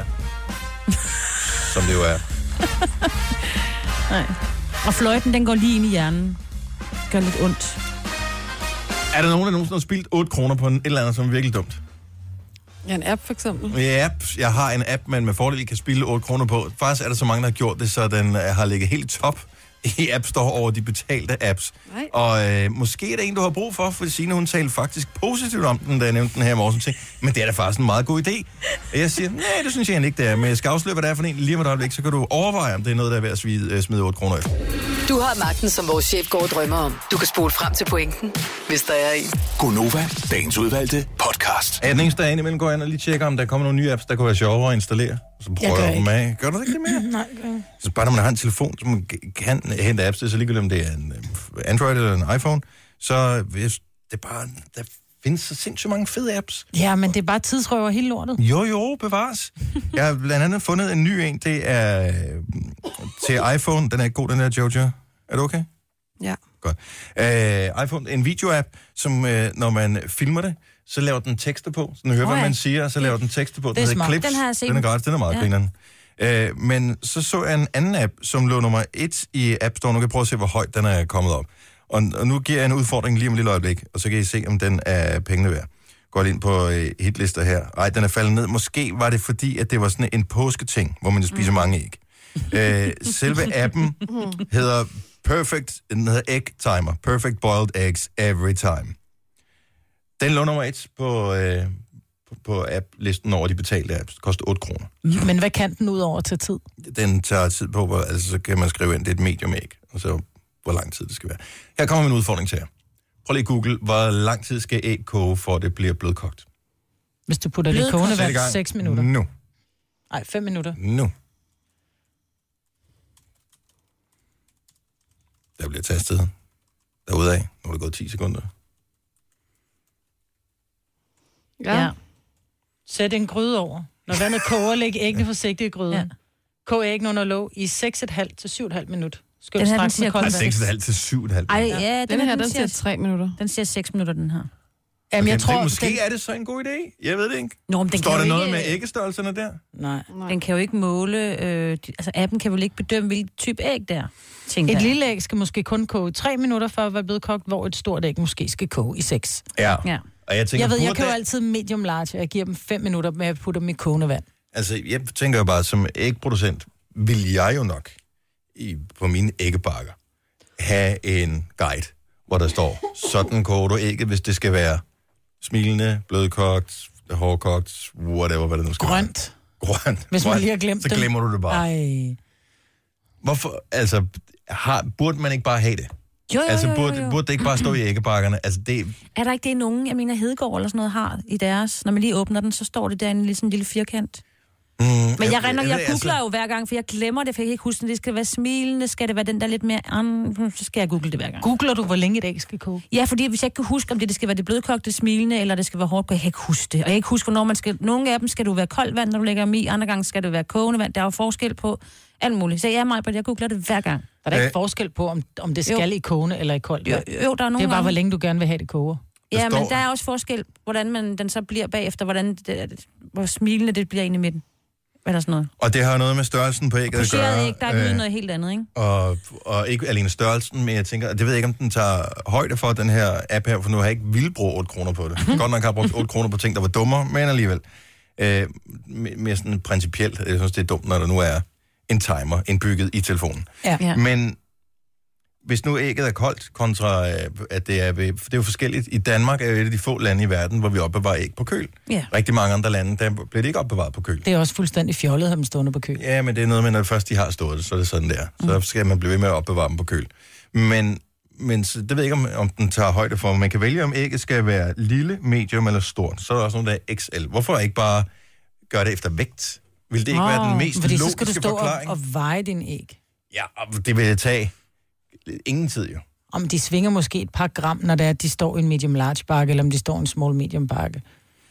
Som det jo er. Nej. Og fløjten, den går lige ind i hjernen. Gør lidt ondt. Er der nogen, der nogensinde har spildt otte kroner på en, et eller andet, som er virkelig dumt? Ja, en app for eksempel. Ja, jeg har en app, man med fordel kan spille otte kroner på. Faktisk er der så mange, der har gjort det, så den øh, har ligget helt top i App Store over de betalte apps. Nej. Og øh, måske er det en, du har brug for, for Signe, hun talte faktisk positivt om den, da jeg nævnte den her i morgen. Men det er da faktisk en meget god idé. Og jeg siger, nej, det synes jeg egentlig ikke, det er. Men jeg skal afsløre, hvad det er for en lige om et øjeblik, så kan du overveje, om det er noget, der er ved at smide, øh, smide otte kroner efter. Du har magten, som vores chef går og drømmer om. Du kan spole frem til pointen, hvis der er en. Gonova, dagens udvalgte podcast. Er den eneste, der indimellem går ind og lige tjekker, om der kommer nogle nye apps, der kunne være sjovere at installere? Så prøver gør jeg dem ikke. af. Gør du det ikke det mere? Nej, gør jeg. Så bare når man har en telefon, som man kan hente apps til, så ligegyldigt om det er en øh, Android eller en iPhone, så hvis det er bare, der findes så sindssygt mange fede apps. Ja, men det er bare tidsrøver hele lortet. Jo, jo, bevares. Jeg har blandt andet fundet en ny en, det er øh, til iPhone. Den er ikke god, den der, Jojo. Er du okay? Ja. Godt. Øh, iPhone, en videoapp, som øh, når man filmer det, så laver den tekster på. Så den hører, Oh, hvad ja. man siger, og så laver den tekster på. Den Det er hedder smart. Clips. Den har jeg set. Den er gratis, den er meget Ja. grineren. Øh, men så så jeg en anden app, som lå nummer et i App Store. Nu kan jeg prøve at se, hvor højt den er kommet op. Og, og nu giver jeg en udfordring lige om et lille øjeblik, og så kan I se, om den er pengene værd. Går lige ind på øh, hitlister her. Ej, den er faldet ned. Måske var det fordi, at det var sådan en påsketing, hvor man spiser mm. mange æg. Øh, selve appen hedder Perfect, den hedder Egg Timer. Perfect Boiled Eggs Every Time. Den lå nummer et på, øh, på, på app-listen over de betalte apps. Det koster otte kroner. Men hvad kan den ud over til tid? Den tager tid på, hvor, altså så kan man skrive ind, det er et medium æg, og så hvor lang tid det skal være. Her kommer min udfordring til jer. Prøv lige at google, hvor lang tid skal æg koge, for det bliver blødkogt. Hvis du putter det i Blødkogt. kogende Sæt i vand, gang. seks minutter. Nu. Nej, fem minutter. Nu. Der bliver tastet derudad. Nu er det gået ti sekunder. Ja. Ja. Sæt en gryde over. Når vandet koger, læg æggene forsigtigt i gryden. Ja. Ja. Kog æggene under låg i seks komma fem til syv komma fem minut. Skyld Den her, den straks siger med kun koldt Altså vand. seks komma fem til syv komma fem. Ej, ja, den, Den her, den siger, siger tre minutter. den siger seks minutter, den her. Jamen, jeg Okay, tror, måske den... er det så en god idé. Jeg ved det ikke. Nå, men den Står kan der jo noget ikke, med æggestørrelserne der? Nej. Den kan jo ikke måle... Øh, de- altså, appen kan vel ikke bedømme, hvilken type æg der er, tænker Et jeg. lille æg skal måske kun koge i tre minutter, for at være blevet kogt, hvor et stort æg måske skal koge i seks. Ja. Ja. Og jeg tænker, Jeg ved, jeg burde køber det- altid medium large, og jeg giver dem fem minutter med at putte dem i kogende vand. Altså, jeg tænker jo bare, som ægproducent, vil jeg jo nok i, på mine æggebakker have en guide, hvor der står, sådan koger du ægget, hvis det skal være smilende, blødkogt, hårdkogt, whatever, hvad det nu skal Grønt. være. Grønt. Hvis man Grønt. lige har glemt Så det. glemmer du det bare. Ej. Hvorfor, altså, har, burde man ikke bare have det? Jo, jo, altså, jo, jo, burde, jo. burde det ikke bare stå i æggebakkerne? Altså, det... Er der ikke det, nogen, jeg mener Hedegaard eller sådan noget har i deres? Når man lige åbner den, så står det der en lille, sådan en lille firkant. Mm, Men jeg, jeg, render, jeg, jeg altså- googler jo hver gang, for jeg glemmer det, for jeg kan ikke huske, det skal være smilende, skal det være den der lidt mere... Um, så skal jeg google det hver gang. Googler du, hvor længe et æg skal koge? Ja, fordi hvis jeg ikke kan huske, om det, det skal være det blødkogte smilende, eller det skal være hårdt, jeg kan ikke huske det. Og jeg kan ikke huske, hvornår man skal... Nogle af dem skal du være koldt vand, når du lægger dem i, andre gange skal det være kogende vand. Der er jo forskel på alt muligt. Så ja, mig, jeg googler det hver gang. Der er der ikke forskel på, om, om det skal jo. i kogende eller i koldt Jo, vand? jo, der er nogle Det er bare, gange. hvor længe du gerne vil have det koger. Ja, står- men der er også forskel, hvordan man, den så bliver bagefter, hvordan det, hvor smilende det bliver inde i midten. Eller sådan noget. Og det har noget med størrelsen på ægget at gøre. Pocheret æg, der er det øh, noget helt andet, ikke? og, og ikke alene størrelsen, men jeg tænker, det ved jeg ikke, om den tager højde for den her app her, for nu har jeg ikke vildt brugt otte kroner på det. Godt nok har jeg brugt otte kroner på ting, der var dummere, men alligevel. Øh, mere sådan principielt, jeg synes, det er dumt, når der nu er en timer indbygget i telefonen. Ja. Ja. Men hvis nu ægget er koldt, kontra øh, at det er, ved- det er jo forskelligt. I Danmark er jo et af de få lande i verden, hvor vi opbevarer æg på køl. Ja. Rigtig mange andre lande, der bliver det ikke opbevaret på køl. Det er også fuldstændig fjollet at have dem stående på køl. Ja, men det er noget med, når først de har stået det, så er det sådan der. Så skal man blive ved med at opbevare dem på køl. Men, men så, det ved jeg ikke, om, om den tager højde for. Man kan vælge, om ægget skal være lille, medium eller stort. Så er der også nogle, der er X L. Hvorfor ikke bare gøre det efter vægt? Vil det ikke Nå, være den mest fordi logiske så skal du stå og, forklaring? og veje din æg. Ja, og det vil tage ingen tid jo. Om de svinger måske et par gram, når det er, at de står i en medium large bakke, eller om de står i en small medium bakke.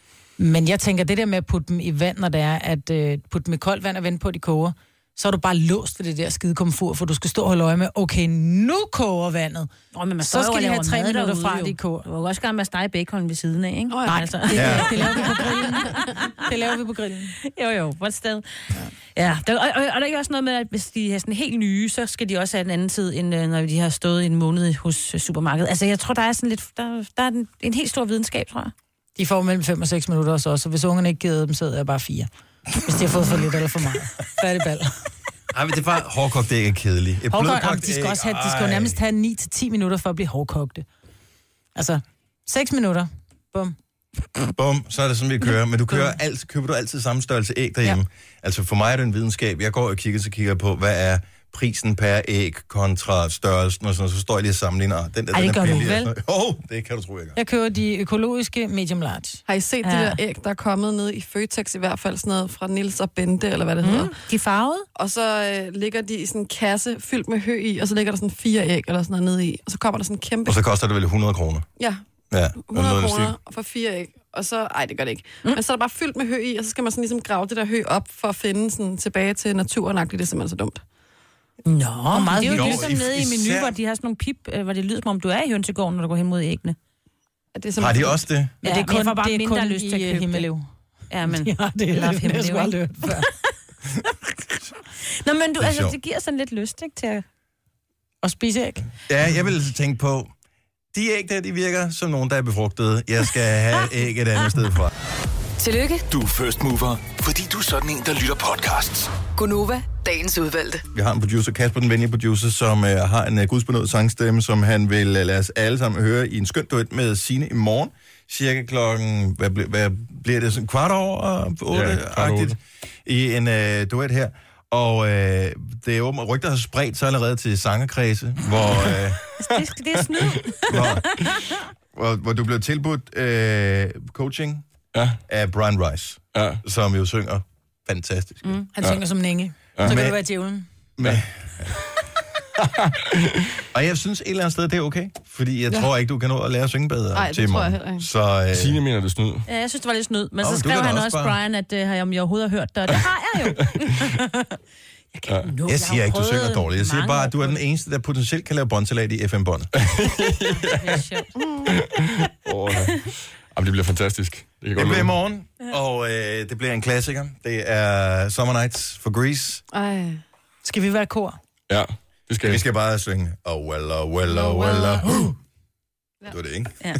Men jeg tænker, det der med at putte dem i vand, når det er, at uh, putte dem i koldt vand og vente på, at de koger, så er du bare låst ved det der skide komfur, for du skal stå og holde øje med, okay, nu koger vandet. Nå, men man Så skal de have tre minutter derude, fra, jo. de koger. Du var også gerne med at stege bacon ved siden af, ikke? Oh, nej, altså. det, Ja. det, det laver vi på grillen. Det laver vi på grillen. Jo, jo, hvor et sted. Ja, ja. Der, og, og, og der er ikke også noget med, at hvis de er sådan helt nye, så skal de også have en anden tid, end øh, når de har stået en måned hos øh, supermarkedet. Altså, jeg tror, der er sådan lidt, der, der er en, en helt stor videnskab, tror jeg. De får mellem fem og seks minutter også, så hvis ungerne ikke giver dem, så er jeg bare fire. Hvis de har fået for lidt eller for meget. Færdig bal. Ej, men det er bare hårdkogt æg er kedeligt. Et Hårdkogt, blødkogt jamen, de skal æg, også have, de skal jo ej. nærmest have ni til ti minutter for at blive hårdkogte. Altså, seks minutter. Bum. Bum, så er det sådan, vi kører. Men du kører alt, køber du altid samme størrelse æg derhjemme. Ja. Altså for mig er det en videnskab. Jeg går og kigger, så kigger jeg på, hvad er prisen per æg kontra størrelsen, og sådan, så står jeg lige og sammenligner. Ah, den der, Ej, den det er gør du billigere. vel? Åh, oh, det kan du tro, jeg gør. Jeg køber de økologiske medium large. Har I set ja. de der æg, der er kommet ned i Føtex, i hvert fald sådan noget fra Nils og Bente, eller hvad det mm. hedder? De er farvede. Og så øh, ligger de i sådan en kasse fyldt med hø i, og så ligger der sådan fire æg eller sådan noget nede i, og så kommer der sådan en kæmpe... Og så koster det vel hundrede kroner. Ja, Ja, hundrede kroner for fire æg, og så... Ej, det gør det ikke. Mm. Men så er der bare fyldt med hø i, og så skal man sådan ligesom grave det der hø op, for at finde sådan tilbage til naturen. Det er simpelthen så dumt. Nå, meget det er jo vildt. ligesom Jo, nede i især- menu, hvor de har sådan nogle pip, øh, hvor det lyder som om, du er i hønsegården, når du går hen mod æggene. Ja, det er Har de også det? Men Ja, det er men kun, jeg får bare det er mindre kun lyst til at i købe Himmelev. Ja, men... Ja, det I er love det. Himmelev, Jeg skulle aldrig ikke? hørt før. Nå, men du, er altså, sjovt. det giver sådan lidt lyst, ikke, til at... Og spise æg. Ja, jeg vil tænke på, de æg der, de virker som nogen, der er befrugtede. Jeg skal have æg et andet sted fra. Tillykke, Du er first mover, fordi du er sådan en, der lytter podcasts. Gunova, dagens udvalgte. Vi har en producer, Kasper, den venlige producer, som uh, har en uh, gudsbenået sangstemme, som han vil uh, lade os alle sammen høre i en skøn duet med Signe i morgen. Cirka klokken, hvad, ble, hvad bliver det, sådan kvart over otte? Ja, kvart over otte. I en uh, duet her. Og uh, det er åbenbart, rygter har spredt sig allerede til sangerkredse, hvor, uh, Det, det er snyd. hvor, hvor, hvor du blev tilbudt uh, coaching Ja, af Brian Rice, ja. som jo synger fantastisk. Mm. Han synger som Ninge. Så kan Men- du være djævlen. Men... og jeg synes et eller andet sted, det er okay. Fordi jeg Ja. tror ikke, du kan nå at lære at synge bedre Ej, det til i tror jeg morgen. heller ikke. Så øh, Signe mener, det er snyd. Ja, jeg synes, det var lidt snyd. Men Åh, så du skrev kan da han også også, bare- Brian, at øh, om jeg overhovedet har hørt det. Og det har jeg jo. jeg kan ikke nå. jeg siger har ikke, du prøvet synger dårligt. Jeg siger mange bare, år at du er på den det. eneste, der potentielt kan lave båndsalat i F M-båndet. Det er sjovt. Oh, ja. Jamen, det bliver fantastisk. Det kan Det godt bliver i lide. morgen, og øh, det bliver en klassiker. Det er Summer Nights for Grease. Ej. Skal vi være kor? Ja, det skal Vi jeg. skal bare synge. Oh, well, oh, well, oh, well, oh. Uh. Det var det, ikke? Ja.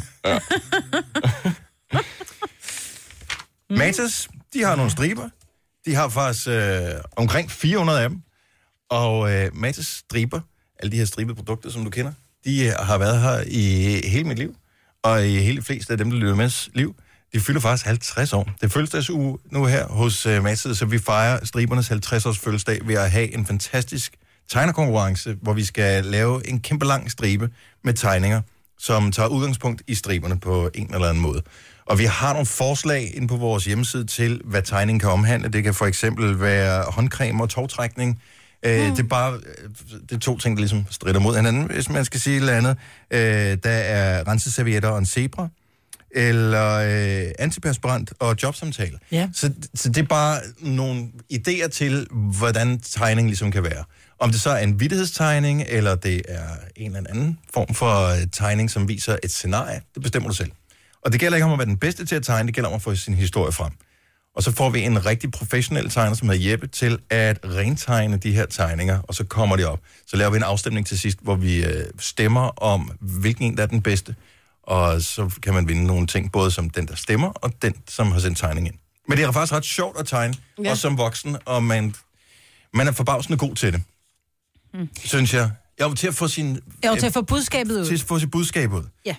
Matas, de har nogle striber. De har faktisk øh, omkring fire hundrede af dem. Og øh, Matas striber, alle de her stribede produkter, som du kender, de øh, har været her i hele mit liv. Og i hele de fleste af dem, der lytter med liv, de fylder faktisk halvtreds år. Det er fødselsdagsuge nu her hos øh, Matas, så vi fejrer stribernes halvtreds års fødselsdag ved at have en fantastisk tegnerkonkurrence, hvor vi skal lave en kæmpe lang stribe med tegninger, som tager udgangspunkt i striberne på en eller anden måde. Og vi har nogle forslag inde på vores hjemmeside til, hvad tegning kan omhandle. Det kan for eksempel være håndcreme og tovtrækning. Mm. Øh, det er bare det er to ting, der ligesom strider mod hinanden, hvis man skal sige et eller andet. Øh, der er renseservietter og en zebra, eller øh, antiperspirant og jobsamtale. Ja. Så, så det er bare nogle idéer til, hvordan tegning ligesom kan være. Om det så er en vittighedstegning, eller det er en eller anden form for tegning, som viser et scenarie, det bestemmer du selv. Og det gælder ikke om at være den bedste til at tegne, det gælder om at få sin historie frem. Og så får vi en rigtig professionel tegner, som hedder Jeppe, til at rentegne de her tegninger, og så kommer de op. Så laver vi en afstemning til sidst, hvor vi øh, stemmer om, hvilken en der er den bedste. Og så kan man vinde nogle ting, både som den, der stemmer, og den, som har sendt tegning ind. Men det er faktisk ret sjovt at tegne, ja. Også som voksen, og man, man er forbavsende god til det. Mm. Synes jeg. Jeg var til at få sin... Jeg var til at få budskabet ud. Til at få sit budskab ud. Ja.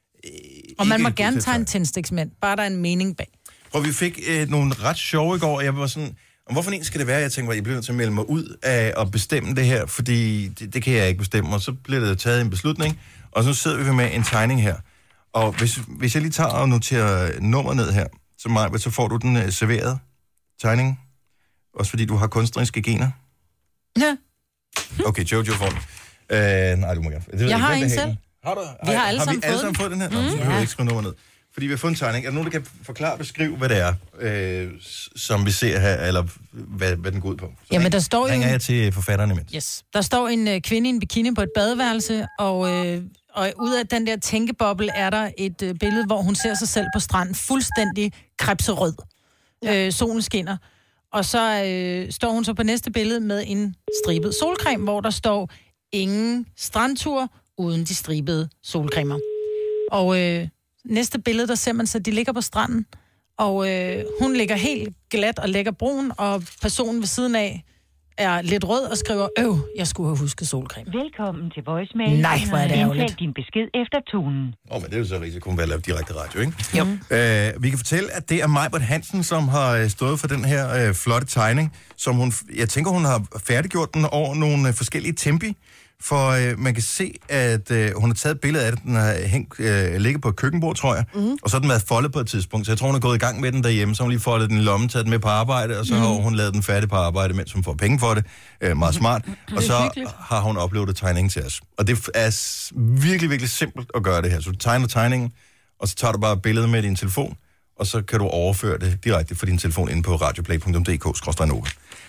Og man må gerne tegne tændstiksmænd, bare der er en mening bag. Og vi fik øh, nogle ret sjove i går, og jeg var sådan, hvorfor en skal det være? Jeg tænkte, at jeg bliver nødt til at melde mig ud af at bestemme det her, fordi det, det kan jeg ikke bestemme. Og så bliver det taget en beslutning, og så sidder vi med en tegning her. Og hvis, hvis jeg lige tager og noterer nummeret ned her, så, Maja, så får du den øh, serverede tegning. Også fordi du har kunstneriske gener. Ja. Okay, Jojo får den. Øh, nej, du må gerne. Det ved jeg har ikke, en selv. Har du? Vi har alle har sammen vi alle sammen fået den her? Nå, Mm, så behøver jeg ja. ikke skrive nummer ned. Fordi vi har fået en tegning. Er der nogen, der kan forklare og beskrive, hvad det er, øh, som vi ser her, eller hvad, hvad den går ud på? Så Jamen, der står jo... ringer jeg til forfatteren imens. Yes. Der står en øh, kvinde i en bikini på et badeværelse, og, øh, og ud af den der tænkeboble er der et øh, billede, hvor hun ser sig selv på stranden, fuldstændig krebserød. Ja. Øh, solen skinner. Og så øh, står hun så på næste billede med en stribet solcreme, hvor der står ingen strandtur uden de stribede solcremer. Og øh, næste billede, der ser man så, de ligger på stranden, og øh, hun ligger helt glat og lækker brun, og personen ved siden af er lidt rød og skriver, øv, jeg skulle have husket solcreme. Velkommen til voicemail. Nej, hvor er det ærgerligt. Indtal din besked efter tonen. Åh, oh, men det er jo så risikoen ved at lave direkte radio, ikke? Jo. Øh, vi kan fortælle, at det er Majbert Hansen, som har stået for den her øh, flotte tegning, som hun, jeg tænker, hun har færdiggjort den over nogle øh, forskellige tempi, for øh, man kan se, at øh, hun har taget et billede af det, den har hængt, øh, ligget på et køkkenbord, tror jeg, mm. og så har den været foldet på et tidspunkt, så jeg tror, hun er gået i gang med den derhjemme, så har hun lige foldet den i lommen, taget den med på arbejde, og så mm. har hun lavet den færdig på arbejde, mens hun får penge for det, øh, meget smart, og så hyggeligt. Har hun uploadet tegningen til os. Og det er s- virkelig, virkelig simpelt at gøre det her, så du tegner tegningen, og så tager du bare billedet med din telefon, og så kan du overføre det direkte fra din telefon ind på radioplay punktum d k skråstreg nova.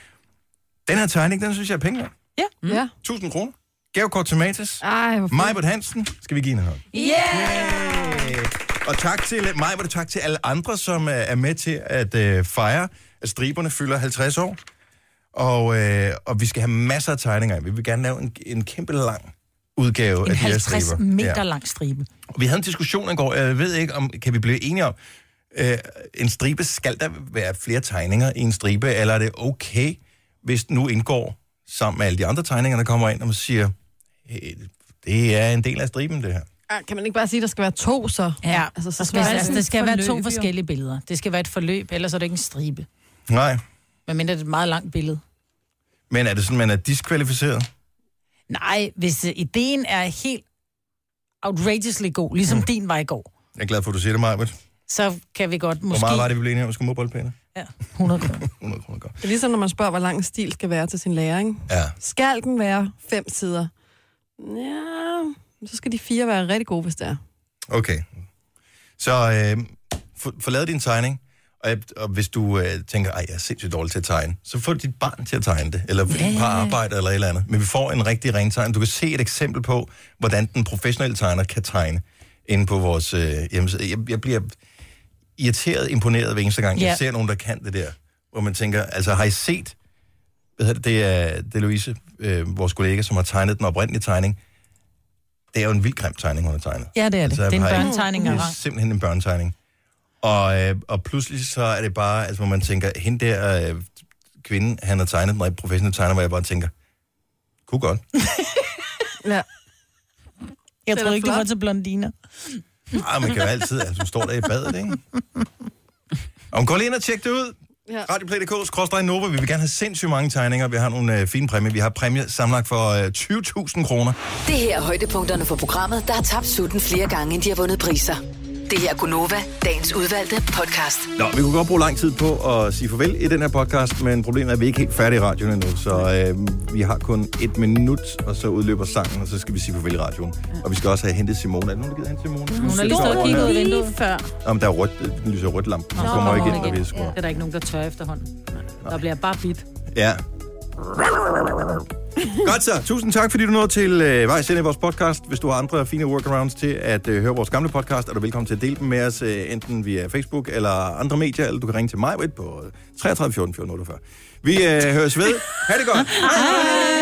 Den her tegning, den synes jeg er penge værd. Ja. Mm. Ja. tusind kroner. Gavekort til Matas. Ej, hvor fedt. Majbert Hansen. Skal vi give hende en hånd? Yeah! Og tak til Majbert, og tak til alle andre, som er med til at øh, fejre, at striberne fylder halvtreds år. Og, øh, og vi skal have masser af tegninger. Vi vil gerne lave en, en kæmpe lang udgave En af de her halvtreds striber. meter Ja. lang stribe. Og vi havde en diskussion i går. Jeg ved ikke, om kan vi blive enige om, øh, en stribe, skal der være flere tegninger i en stribe, eller er det okay, hvis den nu indgår sammen med alle de andre tegninger, der kommer ind, og man siger, hey, det er en del af striben, det her. Ja, kan man ikke bare sige, at der skal være to, så? Ja, altså, så så skal, altså, det skal være to forskellige billeder. Det skal være et forløb, ellers er det ikke en stribe. Nej. Men mindre det er et meget langt billede. Men er det sådan, man er diskvalificeret? Nej, hvis uh, ideen er helt outrageously god, ligesom mm. din var i går, Jeg er glad for, at du siger det, Majbert. så kan vi godt måske... Hvor meget var det, vi blev enige om, at vi skulle målboldpæne? Ja, hundrede kroner. hundrede kroner godt. Det er ligesom, når man spørger, hvor lang en stil skal være til sin læring. Ja. Skal den være fem sider? Ja, så skal de fire være rigtig gode, hvis det er. Okay. Så øh, få, få lavet din tegning, og, og hvis du øh, tænker, at jeg er sindssygt dårlig til at tegne, så få dit barn til at tegne det, eller ja, et par arbejde, eller et eller andet. Men vi får en rigtig ren tegning. Du kan se et eksempel på, hvordan den professionelle tegner kan tegne inde på vores øh, hjemmeside. Jeg, jeg bliver irriteret, imponeret hver eneste gang, ja. jeg ser nogen, der kan det der. Hvor man tænker, altså har I set, hvad hedder det, det er, det er Louise, øh, vores kollega, som har tegnet den oprindelige tegning. Det er jo en vild grim tegning, hun har tegnet. Ja, det er det. Altså, det er en har ikke- børnetegning. Det af er rang. simpelthen en børnetegning. Og, øh, og pludselig så er det bare, altså hvor man tænker, hende der øh, kvinde, han har tegnet, den rigtig professionelle tegner, hvor jeg bare tænker, kunne godt. Ja. Jeg tror ikke, du var til blondiner. Ah, man kan jo altid, altså hun står der i badet, ikke? Og hun går lige ind og tjekker det ud. Ja. Radioplay punktum d k skråstreg Nova. Vi vil gerne have sindssygt mange tegninger. Vi har nogle øh, fine præmier. Vi har præmie sammenlagt for øh, tyve tusind kroner. Det her er højdepunkterne for programmet, der har tabt sutten flere gange, end de har vundet priser. Det her er Gunova, dagens udvalgte podcast. Nå, vi kunne godt bruge lang tid på at sige farvel i den her podcast, men problemet er, at vi ikke er helt færdige i radioen endnu, så øh, vi har kun et minut, og så udløber sangen, og så skal vi sige farvel i radioen. Ja. Og vi skal også have hentet Simone. Er der nogen, der gider hente Simone? Hun har lige stået og kigget ud af vinduet før. Om der er rødt, den lyser rødt lampe. Hun kommer ikke ind, når vi skruer. Det er der ikke nogen, der tør efterhånden. Der bliver bare bit. Ja. Godt så. Tusind tak, fordi du nåede til øh, vejs ind i vores podcast. Hvis du har andre fine workarounds til at øh, høre vores gamle podcast, er du velkommen til at dele dem med os, øh, enten via Facebook eller andre medier, eller du kan ringe til mig på treogtredive fjorten fjorten otteogfyrre. Vi øh, høres ved. Ha' det godt. Hej.